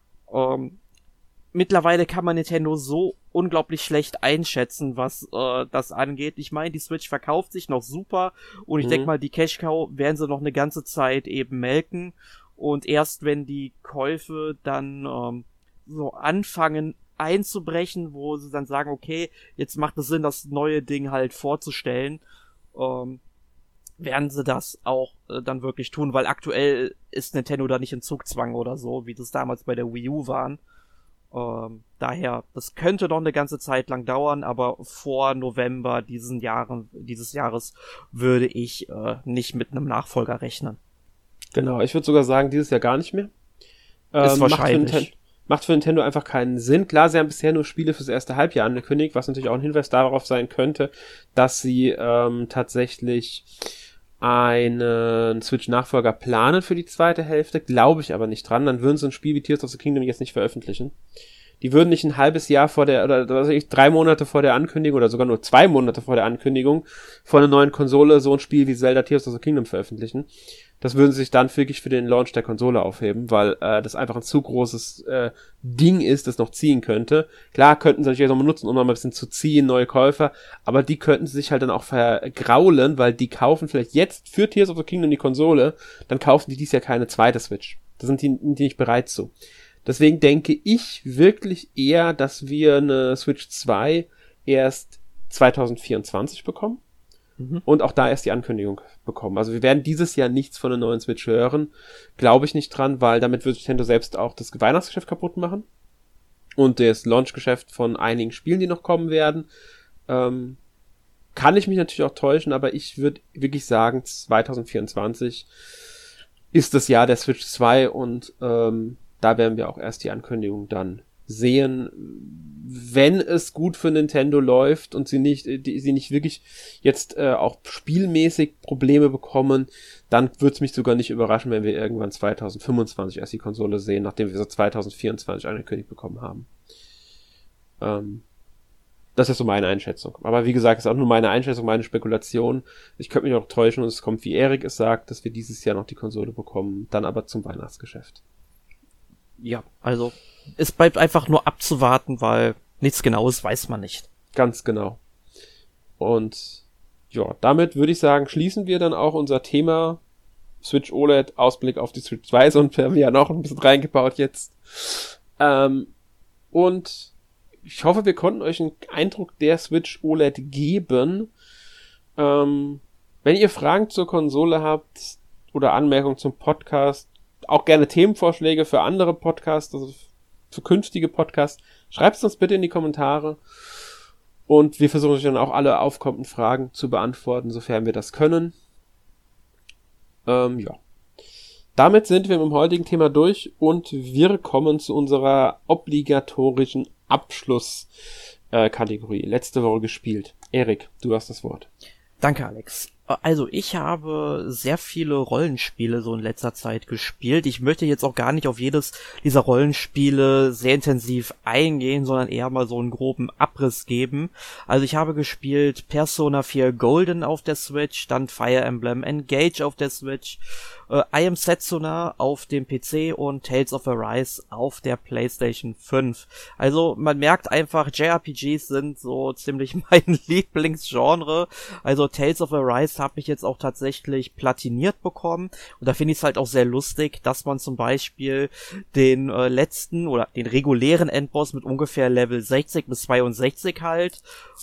Mittlerweile kann man Nintendo so unglaublich schlecht einschätzen, was das angeht. Ich meine, die Switch verkauft sich noch super und ich denke mal, die Cash Cow werden sie noch eine ganze Zeit eben melken und erst wenn die Käufe dann so anfangen einzubrechen, wo sie dann sagen, okay, jetzt macht es Sinn, das neue Ding halt vorzustellen, werden sie das auch dann wirklich tun, weil aktuell ist Nintendo da nicht in Zugzwang oder so, wie das damals bei der Wii U waren. Daher, das könnte noch eine ganze Zeit lang dauern, aber vor November dieses Jahres würde ich nicht mit einem Nachfolger rechnen. Genau, ich würde sogar sagen, dieses Jahr gar nicht mehr. Ist wahrscheinlich. Macht für Nintendo einfach keinen Sinn. Klar, sie haben bisher nur Spiele fürs erste Halbjahr angekündigt, was natürlich auch ein Hinweis darauf sein könnte, dass sie tatsächlich einen Switch-Nachfolger planen für die zweite Hälfte, glaube ich aber nicht dran. Dann würden sie ein Spiel wie Tears of the Kingdom jetzt nicht veröffentlichen. Die würden nicht ein halbes Jahr oder 3 Monate vor der Ankündigung oder sogar nur 2 Monate vor der Ankündigung von einer neuen Konsole so ein Spiel wie Zelda Tears of the Kingdom veröffentlichen. Das würden sie sich dann wirklich für den Launch der Konsole aufheben, weil das einfach ein zu großes Ding ist, das noch ziehen könnte. Klar könnten sie natürlich auch noch nutzen, um noch mal ein bisschen zu ziehen, neue Käufer, aber die könnten sich halt dann auch vergraulen, weil die kaufen vielleicht jetzt für Tears of the Kingdom die Konsole, dann kaufen die dies Jahr keine zweite Switch. Da sind die nicht bereit zu. Deswegen denke ich wirklich eher, dass wir eine Switch 2 erst 2024 bekommen. Und auch da erst die Ankündigung bekommen. Also wir werden dieses Jahr nichts von der neuen Switch hören. Glaube ich nicht dran, weil damit wird Nintendo selbst auch das Weihnachtsgeschäft kaputt machen. Und das Launchgeschäft von einigen Spielen, die noch kommen werden. Kann ich mich natürlich auch täuschen, aber ich würde wirklich sagen, 2024 ist das Jahr der Switch 2 und da werden wir auch erst die Ankündigung dann sehen, wenn es gut für Nintendo läuft und sie nicht wirklich jetzt auch spielmäßig Probleme bekommen, dann würde es mich sogar nicht überraschen, wenn wir irgendwann 2025 erst die Konsole sehen, nachdem wir so 2024 angekündigt bekommen haben. Das ist so meine Einschätzung. Aber wie gesagt, ist auch nur meine Einschätzung, meine Spekulation. Ich könnte mich auch täuschen und es kommt, wie Erik es sagt, dass wir dieses Jahr noch die Konsole bekommen, dann aber zum Weihnachtsgeschäft. Ja, also es bleibt einfach nur abzuwarten, weil nichts Genaues weiß man nicht. Ganz genau. Und ja, damit würde ich sagen, schließen wir dann auch unser Thema Switch OLED, Ausblick auf die Switch 2, und wir haben ja noch ein bisschen reingebaut jetzt. Und ich hoffe, wir konnten euch einen Eindruck der Switch OLED geben. Wenn ihr Fragen zur Konsole habt oder Anmerkungen zum Podcast, auch gerne Themenvorschläge für andere Podcasts, also für künftige Podcasts, schreibt es uns bitte in die Kommentare. Und wir versuchen euch dann auch alle aufkommenden Fragen zu beantworten, sofern wir das können. Ja. Damit sind wir mit dem heutigen Thema durch und wir kommen zu unserer obligatorischen Abschlusskategorie. Letzte Woche gespielt. Erik, du hast das Wort. Danke, Alex. Also, ich habe sehr viele Rollenspiele so in letzter Zeit gespielt. Ich möchte jetzt auch gar nicht auf jedes dieser Rollenspiele sehr intensiv eingehen, sondern eher mal so einen groben Abriss geben. Also, ich habe gespielt Persona 4 Golden auf der Switch, dann Fire Emblem Engage auf der Switch, I Am Setsuna auf dem PC und Tales of Arise auf der PlayStation 5. Also, man merkt einfach, JRPGs sind so ziemlich mein Lieblingsgenre. Also, Tales of Arise habe ich jetzt auch tatsächlich platiniert bekommen und da finde ich es halt auch sehr lustig, dass man zum Beispiel den letzten oder den regulären Endboss mit ungefähr Level 60 bis 62 halt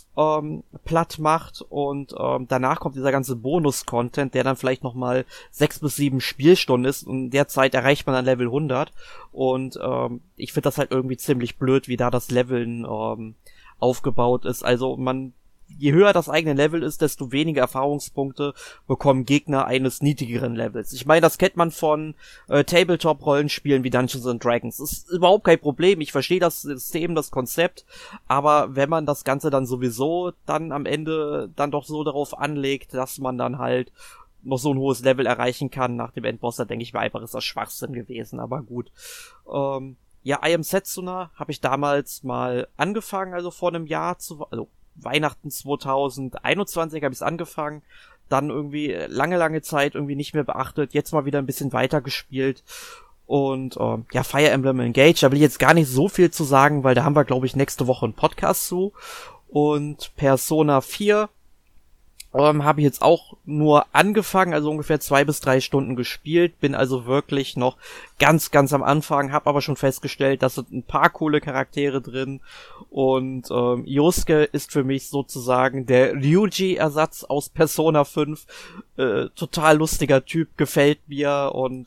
platt macht und danach kommt dieser ganze Bonus-Content, der dann vielleicht nochmal 6 bis 7 Spielstunden ist und in der Zeit erreicht man dann Level 100 und ich finde das halt irgendwie ziemlich blöd, wie da das Leveln aufgebaut ist. Also je höher das eigene Level ist, desto weniger Erfahrungspunkte bekommen Gegner eines niedrigeren Levels. Ich meine, das kennt man von Tabletop-Rollenspielen wie Dungeons and Dragons. Das ist überhaupt kein Problem. Ich verstehe das System, das Konzept, aber wenn man das Ganze dann sowieso dann am Ende dann doch so darauf anlegt, dass man dann halt noch so ein hohes Level erreichen kann nach dem Endboss, da denke ich mir einfach, ist das Schwachsinn gewesen, aber gut. Ja, I Am Setsuna habe ich damals mal angefangen, also vor einem Jahr also Weihnachten 2021 habe ich es angefangen, dann irgendwie lange Zeit irgendwie nicht mehr beachtet, jetzt mal wieder ein bisschen weiter gespielt und ja, Fire Emblem Engage, da will ich jetzt gar nicht so viel zu sagen, weil da haben wir, glaube ich, nächste Woche einen Podcast zu und Persona 4 habe ich jetzt auch nur angefangen, also ungefähr 2 bis 3 Stunden gespielt, bin also wirklich noch ganz am Anfang, habe aber schon festgestellt, dass sind ein paar coole Charaktere drin und Yosuke ist für mich sozusagen der Ryuji-Ersatz aus Persona 5, total lustiger Typ, gefällt mir und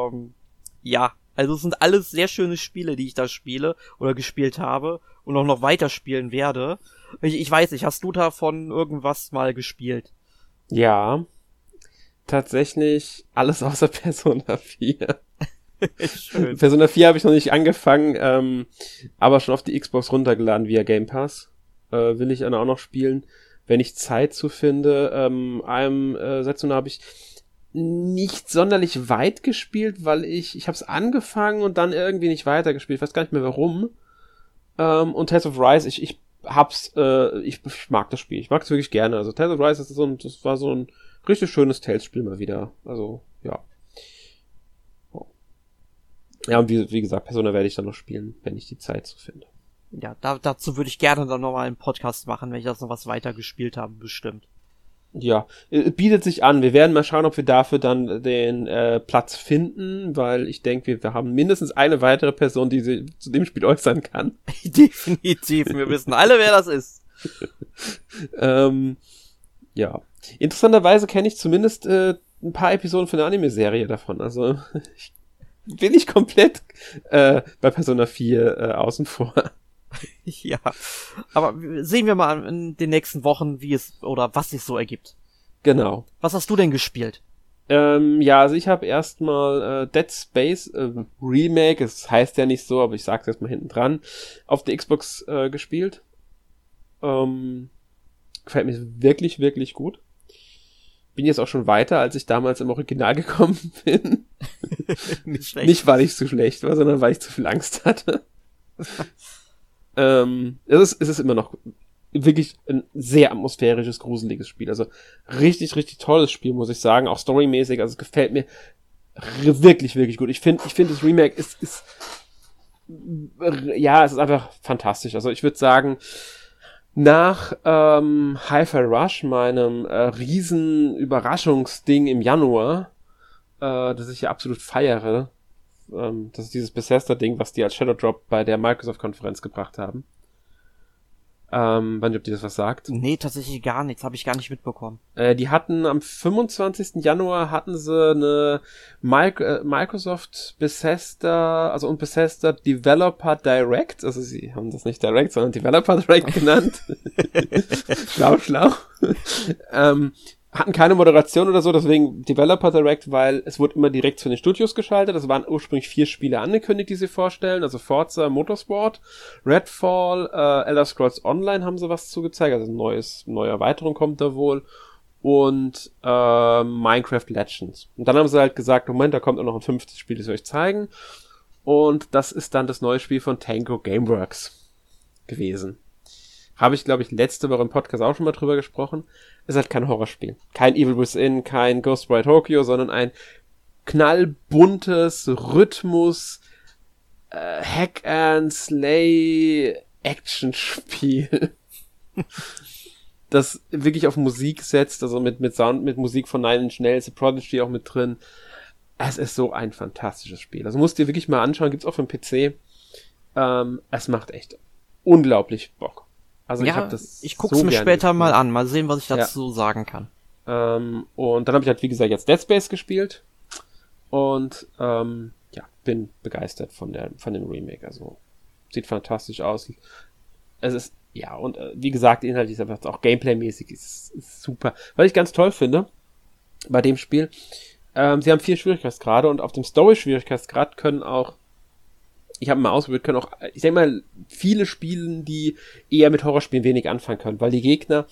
ja, also es sind alles sehr schöne Spiele, die ich da spiele oder gespielt habe und auch noch weiter spielen werde. Ich weiß nicht, hast du davon irgendwas mal gespielt? Ja, tatsächlich alles außer Persona 4. Schön. Persona 4 habe ich noch nicht angefangen, aber schon auf die Xbox runtergeladen via Game Pass. Will ich dann auch noch spielen, wenn ich Zeit zu finde. Setsuna habe ich nicht sonderlich weit gespielt, weil ich habe es angefangen und dann irgendwie nicht weitergespielt. Ich weiß gar nicht mehr warum. Und Tales of Rise, ich mag das Spiel. Ich mag es wirklich gerne. Also Tales of Rise, das war so ein richtig schönes Tales-Spiel mal wieder. Also, ja. Oh. Ja, und wie gesagt, Persona werde ich dann noch spielen, wenn ich die Zeit so finde. Ja, dazu würde ich gerne dann nochmal einen Podcast machen, wenn ich das noch was weiter gespielt habe, bestimmt. Ja, bietet sich an. Wir werden mal schauen, ob wir dafür dann den Platz finden, weil ich denke, wir haben mindestens eine weitere Person, die sich zu dem Spiel äußern kann. Definitiv, wir wissen alle, wer das ist. Ja, interessanterweise kenne ich zumindest ein paar Episoden von der Anime-Serie davon. Also ich bin nicht komplett bei Persona 4 außen vor. Ja, aber sehen wir mal in den nächsten Wochen, wie es oder was sich so ergibt. Genau. Was hast du denn gespielt? Ja, also ich habe erstmal Dead Space Remake, es heißt ja nicht so, aber ich sag's jetzt mal hinten dran, auf der Xbox gespielt. Gefällt mir wirklich, wirklich gut. Bin jetzt auch schon weiter, als ich damals im Original gekommen bin. Nicht, weil ich zu schlecht war, sondern weil ich zu viel Angst hatte. Es ist immer noch wirklich ein sehr atmosphärisches, gruseliges Spiel. Also richtig, richtig tolles Spiel, muss ich sagen. Auch storymäßig, also es gefällt mir wirklich, wirklich gut. Ich finde, das Remake ist ja, es ist einfach fantastisch. Also ich würde sagen, Nach Hi-Fi Rush, meinem riesen Überraschungsding im Januar, das ich ja absolut feiere, das ist dieses Bethesda-Ding, was die als Shadow Drop bei der Microsoft-Konferenz gebracht haben. Weiß nicht, ob dir das was sagt. Nee, tatsächlich gar nichts, habe ich gar nicht mitbekommen. Die hatten am 25. Januar hatten sie eine Microsoft Bethesda, also und Bethesda Developer Direct, also sie haben das nicht Direct, sondern Developer Direct genannt. Schlau. Hatten keine Moderation oder so, deswegen Developer Direct, weil es wurde immer direkt zu den Studios geschaltet. Es waren ursprünglich 4 Spiele angekündigt, die sie vorstellen. Also Forza Motorsport, Redfall, Elder Scrolls Online haben sie was zugezeigt. Also neue Erweiterung kommt da wohl. Und Minecraft Legends. Und dann haben sie halt gesagt, Moment, da kommt auch noch ein 5. Spiel, das wir euch zeigen. Und das ist dann das neue Spiel von Tango Gameworks gewesen. Habe ich, glaube ich, letzte Woche im Podcast auch schon mal drüber gesprochen. Ist halt kein Horrorspiel. Kein Evil Within, kein Ghostwire Tokyo, sondern ein knallbuntes Rhythmus Hack-and-Slay-Action-Spiel. Das wirklich auf Musik setzt, also mit Musik von Nine Inch Nails, The Prodigy auch mit drin. Es ist so ein fantastisches Spiel. Also musst du dir wirklich mal anschauen, gibt's auch für den PC. Es macht echt unglaublich Bock. Also ja, ich guck's mir später mal an. Mal sehen, was ich dazu sagen kann. Und dann habe ich halt, wie gesagt, jetzt Dead Space gespielt. Und bin begeistert von dem Remake. Also sieht fantastisch aus. Es ist, und wie gesagt, inhaltlich ist einfach auch Gameplay-mäßig ist super. Was ich ganz toll finde bei dem Spiel, sie haben 4 Schwierigkeitsgrade und auf dem Story-Schwierigkeitsgrad können auch, ich habe mal ausprobiert, können auch, ich denke mal, viele spielen, die eher mit Horrorspielen wenig anfangen können, weil die Gegner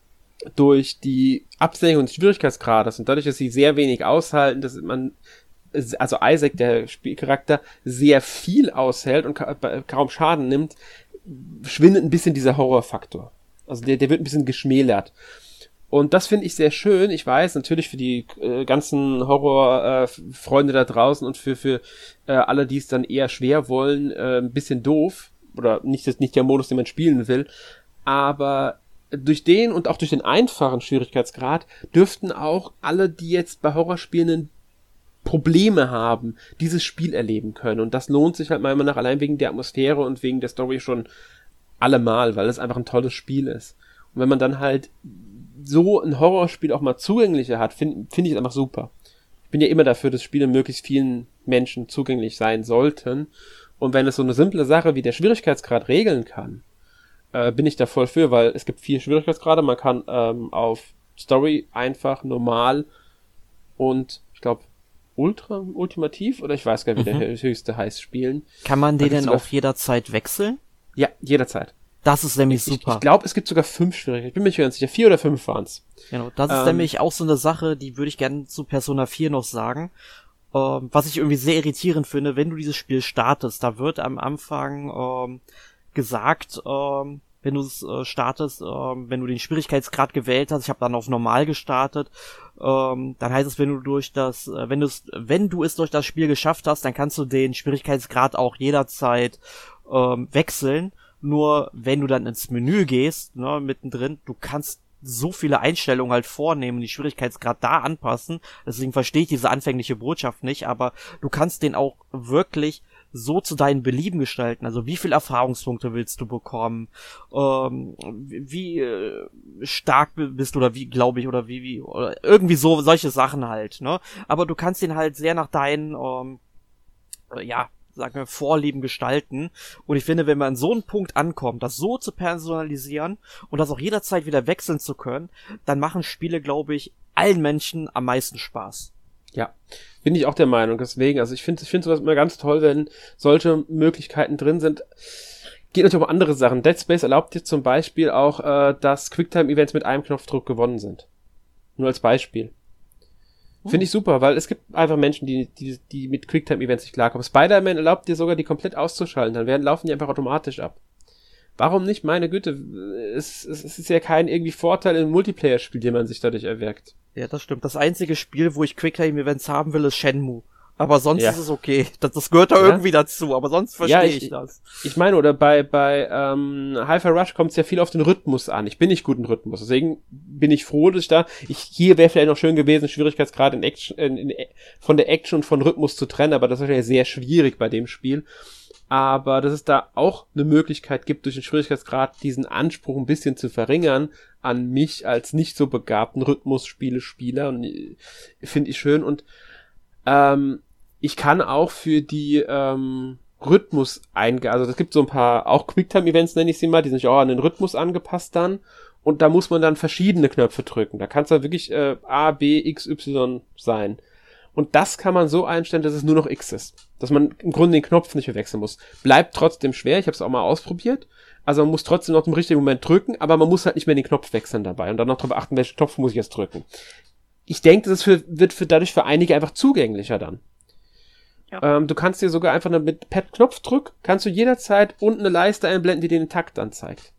durch die Absenkung des Schwierigkeitsgrades und dadurch, dass sie sehr wenig aushalten, dass also Isaac, der Spielcharakter, sehr viel aushält und kaum Schaden nimmt, schwindet ein bisschen dieser Horrorfaktor. Also der wird ein bisschen geschmälert. Und das finde ich sehr schön. Ich weiß, natürlich für die ganzen Horror-Freunde da draußen und für alle, die es dann eher schwer wollen, ein bisschen doof. Oder nicht der Modus, den man spielen will. Aber durch den und auch durch den einfachen Schwierigkeitsgrad dürften auch alle, die jetzt bei Horrorspielen Probleme haben, dieses Spiel erleben können. Und das lohnt sich halt meiner Meinung nach allein wegen der Atmosphäre und wegen der Story schon allemal, weil es einfach ein tolles Spiel ist. Und wenn man dann halt so ein Horrorspiel auch mal zugänglicher hat, finde ich es einfach super. Ich bin ja immer dafür, dass Spiele möglichst vielen Menschen zugänglich sein sollten. Und wenn es so eine simple Sache wie der Schwierigkeitsgrad regeln kann, bin ich da voll für, weil es gibt 4 Schwierigkeitsgrade. Man kann auf Story einfach, normal und ich glaube ultimativ oder ich weiß gar nicht, wie der höchste heißt, spielen. Kann man den denn auch jederzeit wechseln? Ja, jederzeit. Das ist nämlich super. Ich glaube, es gibt sogar 5 Schwierigkeiten. Ich bin mir nicht ganz sicher. 4 oder 5 waren's. Genau, das ist nämlich auch so eine Sache, die würde ich gerne zu Persona 4 noch sagen. Was ich irgendwie sehr irritierend finde, wenn du dieses Spiel startest, da wird am Anfang gesagt, wenn du es startest, wenn du den Schwierigkeitsgrad gewählt hast, ich habe dann auf normal gestartet, dann heißt es, wenn du es durch das Spiel geschafft hast, dann kannst du den Schwierigkeitsgrad auch jederzeit wechseln. Nur wenn du dann ins Menü gehst, ne, mittendrin, du kannst so viele Einstellungen halt vornehmen, die Schwierigkeitsgrad da anpassen. Deswegen verstehe ich diese anfängliche Botschaft nicht, aber du kannst den auch wirklich so zu deinen Belieben gestalten. Also wie viel Erfahrungspunkte willst du bekommen? Wie stark bist du oder wie, glaube ich, oder wie oder irgendwie so solche Sachen halt, ne? Aber du kannst den halt sehr nach deinen sagen wir, Vorlieben gestalten. Und ich finde, wenn man an so einen Punkt ankommt, das so zu personalisieren und das auch jederzeit wieder wechseln zu können, dann machen Spiele, glaube ich, allen Menschen am meisten Spaß. Ja, bin ich auch der Meinung. Deswegen, also ich finde sowas immer ganz toll, wenn solche Möglichkeiten drin sind. Geht natürlich um andere Sachen. Dead Space erlaubt dir zum Beispiel auch, dass Quicktime-Events mit einem Knopfdruck gewonnen sind. Nur als Beispiel. Finde ich super, weil es gibt einfach Menschen, die mit Quicktime-Events nicht klarkommen. Spider-Man erlaubt dir sogar, die komplett auszuschalten. Dann laufen die einfach automatisch ab. Warum nicht? Meine Güte, es ist ja kein irgendwie Vorteil im Multiplayer-Spiel, den man sich dadurch erwirkt. Ja, das stimmt. Das einzige Spiel, wo ich Quicktime-Events haben will, ist Shenmue. Aber sonst ist es okay. Das gehört da irgendwie dazu, aber sonst verstehe ich das. Ich meine, oder bei Hi-Fi Rush kommt es ja viel auf den Rhythmus an. Ich bin nicht gut im Rhythmus, deswegen bin ich froh, dass hier wäre vielleicht noch schön gewesen, Schwierigkeitsgrad in Action, von der Action und von Rhythmus zu trennen, aber das ist wahrscheinlich sehr schwierig bei dem Spiel. Aber dass es da auch eine Möglichkeit gibt, durch den Schwierigkeitsgrad diesen Anspruch ein bisschen zu verringern an mich als nicht so begabten Rhythmusspieler, und finde ich schön. Und ich kann auch für die Rhythmus also es gibt so ein paar, auch Quicktime-Events nenne ich sie mal, die sind ja auch an den Rhythmus angepasst dann, und da muss man dann verschiedene Knöpfe drücken. Da kann es dann wirklich A, B, X, Y sein. Und das kann man so einstellen, dass es nur noch X ist. Dass man im Grunde den Knopf nicht mehr wechseln muss. Bleibt trotzdem schwer, ich habe es auch mal ausprobiert. Also man muss trotzdem noch im richtigen Moment drücken, aber man muss halt nicht mehr den Knopf wechseln dabei und dann noch darauf achten, welchen Knopf muss ich jetzt drücken. Ich denke, das wird dadurch für einige einfach zugänglicher dann. Ja. Du kannst dir sogar einfach mit Knopfdruck, kannst du jederzeit unten eine Leiste einblenden, die dir den Takt anzeigt.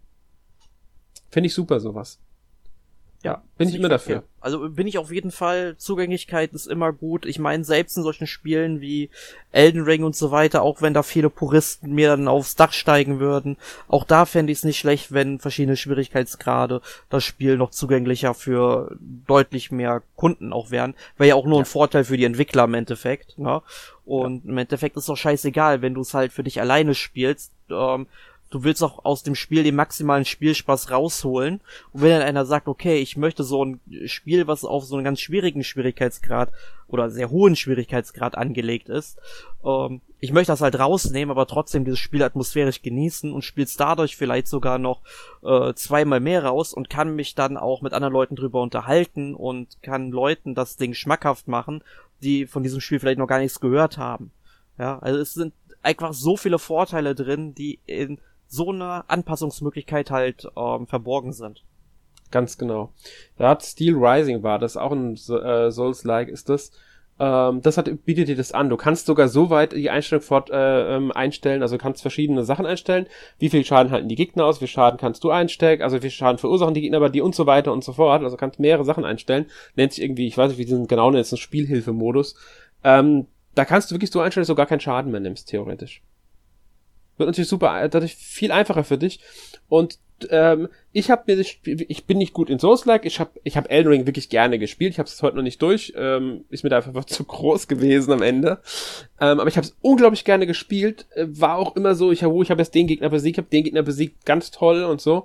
Finde ich super, sowas. Ja, bin ich immer dafür. Also bin ich auf jeden Fall, Zugänglichkeit ist immer gut. Ich meine, selbst in solchen Spielen wie Elden Ring und so weiter, auch wenn da viele Puristen mir dann aufs Dach steigen würden, auch da fände ich es nicht schlecht, wenn verschiedene Schwierigkeitsgrade das Spiel noch zugänglicher für deutlich mehr Kunden auch wären. Wäre ja auch nur ein Vorteil für die Entwickler im Endeffekt, ne? Und im Endeffekt ist doch scheißegal, wenn du es halt für dich alleine spielst, du willst auch aus dem Spiel den maximalen Spielspaß rausholen. Und wenn dann einer sagt, okay, ich möchte so ein Spiel, was auf so einen ganz schwierigen Schwierigkeitsgrad oder sehr hohen Schwierigkeitsgrad angelegt ist, ich möchte das halt rausnehmen, aber trotzdem dieses Spiel atmosphärisch genießen und spielst dadurch vielleicht sogar noch zweimal mehr raus und kann mich dann auch mit anderen Leuten drüber unterhalten und kann Leuten das Ding schmackhaft machen, die von diesem Spiel vielleicht noch gar nichts gehört haben. Ja, also es sind einfach so viele Vorteile drin, die in so eine Anpassungsmöglichkeit halt verborgen sind. Ganz genau. Da hat Steel Rising war das, auch ein Souls-like ist das. Bietet dir das an. Du kannst sogar so weit die Einstellung einstellen, also du kannst verschiedene Sachen einstellen. Wie viel Schaden halten die Gegner aus, wie viel Schaden kannst du einstellen, also wie viel Schaden verursachen die Gegner bei dir und so weiter und so fort. Also kannst mehrere Sachen einstellen. Nennt sich irgendwie, ich weiß nicht, wie die genau nennt, ist ein Spielhilfemodus. Da kannst du wirklich so einstellen, dass du gar keinen Schaden mehr nimmst, theoretisch. Wird natürlich super, dadurch viel einfacher für dich. Und ich bin nicht gut in Souls-like, ich hab Elden Ring wirklich gerne gespielt, ich habe es heute noch nicht durch, ist mir da einfach zu groß gewesen am Ende. Aber ich habe es unglaublich gerne gespielt, war auch immer so, ich habe jetzt den Gegner besiegt, ganz toll und so.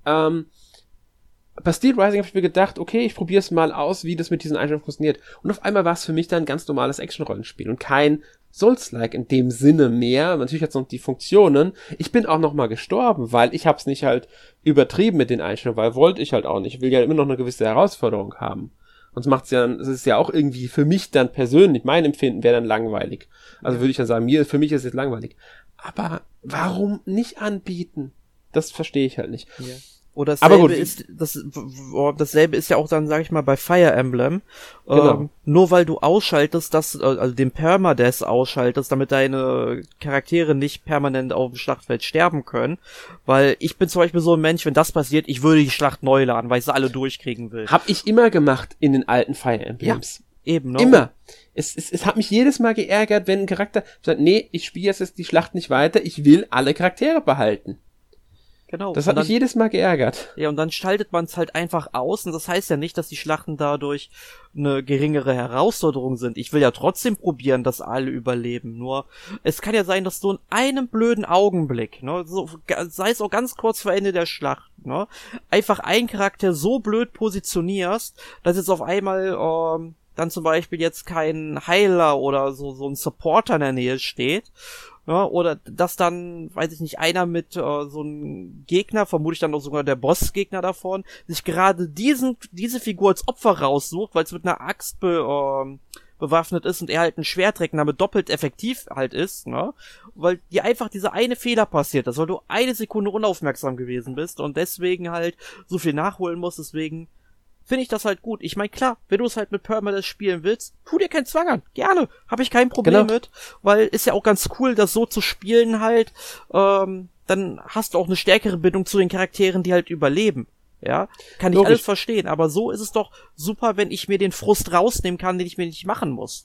Bei Steel Rising habe ich mir gedacht, okay, ich probiere es mal aus, wie das mit diesen Einstellungen funktioniert. Und auf einmal war es für mich dann ein ganz normales Action-Rollenspiel und kein Souls-like in dem Sinne mehr. Natürlich hat es noch die Funktionen. Ich bin auch noch mal gestorben, weil ich habe es nicht halt übertrieben mit den Einstellungen, weil wollte ich halt auch nicht. Ich will ja immer noch eine gewisse Herausforderung haben. Sonst es ist ja auch irgendwie für mich dann persönlich, mein Empfinden wäre dann langweilig. Also würde ich dann sagen, für mich ist es jetzt langweilig. Aber warum nicht anbieten? Das verstehe ich halt nicht. Ja. Oder dasselbe ist ja auch dann, sag ich mal, bei Fire Emblem. Genau. Nur weil du ausschaltest, also den Permadeath ausschaltest, damit deine Charaktere nicht permanent auf dem Schlachtfeld sterben können. Weil ich bin zum Beispiel so ein Mensch, wenn das passiert, ich würde die Schlacht neu laden, weil ich sie alle durchkriegen will. Hab ich immer gemacht in den alten Fire Emblems. Ja, eben, ne? Immer. Es hat mich jedes Mal geärgert, wenn ein Charakter sagt, nee, ich spiele jetzt die Schlacht nicht weiter, ich will alle Charaktere behalten. Genau. Das hat mich jedes Mal geärgert. Ja, und dann schaltet man es halt einfach aus und das heißt ja nicht, dass die Schlachten dadurch eine geringere Herausforderung sind. Ich will ja trotzdem probieren, dass alle überleben. Nur, es kann ja sein, dass du in einem blöden Augenblick, ne, so, sei es auch ganz kurz vor Ende der Schlacht, ne, einfach einen Charakter so blöd positionierst, dass jetzt auf einmal, dann zum Beispiel jetzt kein Heiler oder so ein Supporter in der Nähe steht. Ja, oder dass dann, weiß ich nicht, einer mit so einem Gegner, vermutlich dann auch sogar der Bossgegner davon, sich gerade diese Figur als Opfer raussucht, weil es mit einer Axt bewaffnet ist und er halt ein Schwertrecken damit doppelt effektiv halt ist, ne? Weil dir einfach dieser eine Fehler passiert ist, weil du eine Sekunde unaufmerksam gewesen bist und deswegen halt so viel nachholen musst, deswegen finde ich das halt gut. Ich meine, klar, wenn du es halt mit Permadeath spielen willst, tu dir keinen Zwang an. Gerne. Habe ich kein Problem mit. Weil ist ja auch ganz cool, das so zu spielen halt. Dann hast du auch eine stärkere Bindung zu den Charakteren, die halt überleben. Ja, kann ich alles verstehen. Aber so ist es doch super, wenn ich mir den Frust rausnehmen kann, den ich mir nicht machen muss.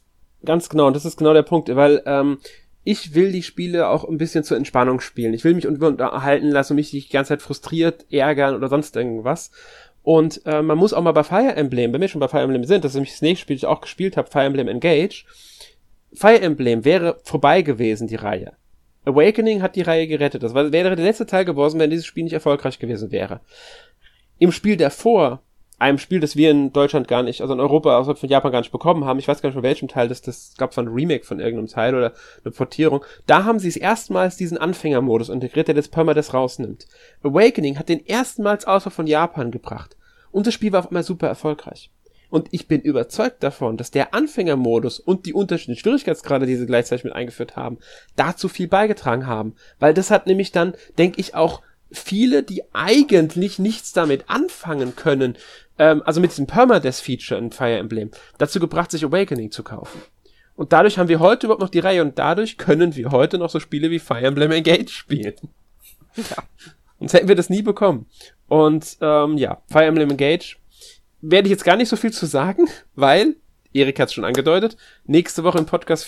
Ganz genau, und das ist genau der Punkt, weil ich will die Spiele auch ein bisschen zur Entspannung spielen. Ich will mich unterhalten lassen und mich die ganze Zeit frustriert ärgern oder sonst irgendwas. Und man muss auch mal bei Fire Emblem, wenn wir schon bei Fire Emblem sind, das ist nämlich das nächste Spiel, das ich auch gespielt habe, Fire Emblem Engage. Fire Emblem wäre vorbei gewesen, die Reihe. Awakening hat die Reihe gerettet. Das wäre der letzte Teil gewesen, wenn dieses Spiel nicht erfolgreich gewesen wäre. Im Spiel davor, einem Spiel, das wir in Deutschland gar nicht, also in Europa, außerhalb von Japan gar nicht bekommen haben, ich weiß gar nicht von welchem Teil, das gab es ein Remake von irgendeinem Teil oder eine Portierung, da haben sie es erstmals diesen Anfängermodus integriert, der das Permadeath rausnimmt. Awakening hat den erstmals außerhalb von Japan gebracht. Und das Spiel war auf einmal super erfolgreich. Und ich bin überzeugt davon, dass der Anfängermodus und die unterschiedlichen Schwierigkeitsgrade, die sie gleichzeitig mit eingeführt haben, dazu viel beigetragen haben. Weil das hat nämlich dann, denke ich, auch viele, die eigentlich nichts damit anfangen können, also mit diesem Permadeath-Feature in Fire Emblem, dazu gebracht, sich Awakening zu kaufen. Und dadurch haben wir heute überhaupt noch die Reihe und dadurch können wir heute noch so Spiele wie Fire Emblem Engage spielen. Ja. Sonst hätten wir das nie bekommen. Und Fire Emblem Engage werde ich jetzt gar nicht so viel zu sagen, weil, Erik hat es schon angedeutet, nächste Woche im Podcast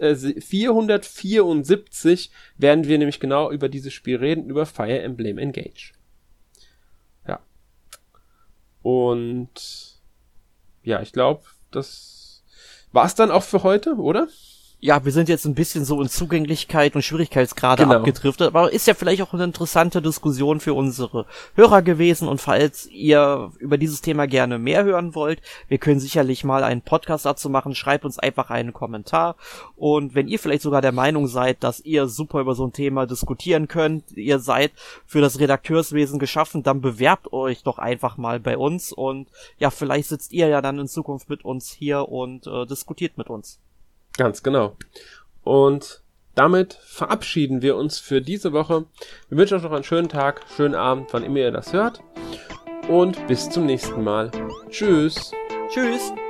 474 werden wir nämlich genau über dieses Spiel reden, über Fire Emblem Engage. Ja. Und ja, ich glaube, das war's dann auch für heute, oder? Ja, wir sind jetzt ein bisschen so in Zugänglichkeit und Schwierigkeitsgrade abgedriftet, aber ist ja vielleicht auch eine interessante Diskussion für unsere Hörer gewesen und falls ihr über dieses Thema gerne mehr hören wollt, wir können sicherlich mal einen Podcast dazu machen, schreibt uns einfach einen Kommentar und wenn ihr vielleicht sogar der Meinung seid, dass ihr super über so ein Thema diskutieren könnt, ihr seid für das Redakteurswesen geschaffen, dann bewerbt euch doch einfach mal bei uns und ja, vielleicht sitzt ihr ja dann in Zukunft mit uns hier und diskutiert mit uns. Ganz genau. Und damit verabschieden wir uns für diese Woche. Wir wünschen euch noch einen schönen Tag, schönen Abend, wann immer ihr das hört. Und bis zum nächsten Mal. Tschüss. Tschüss.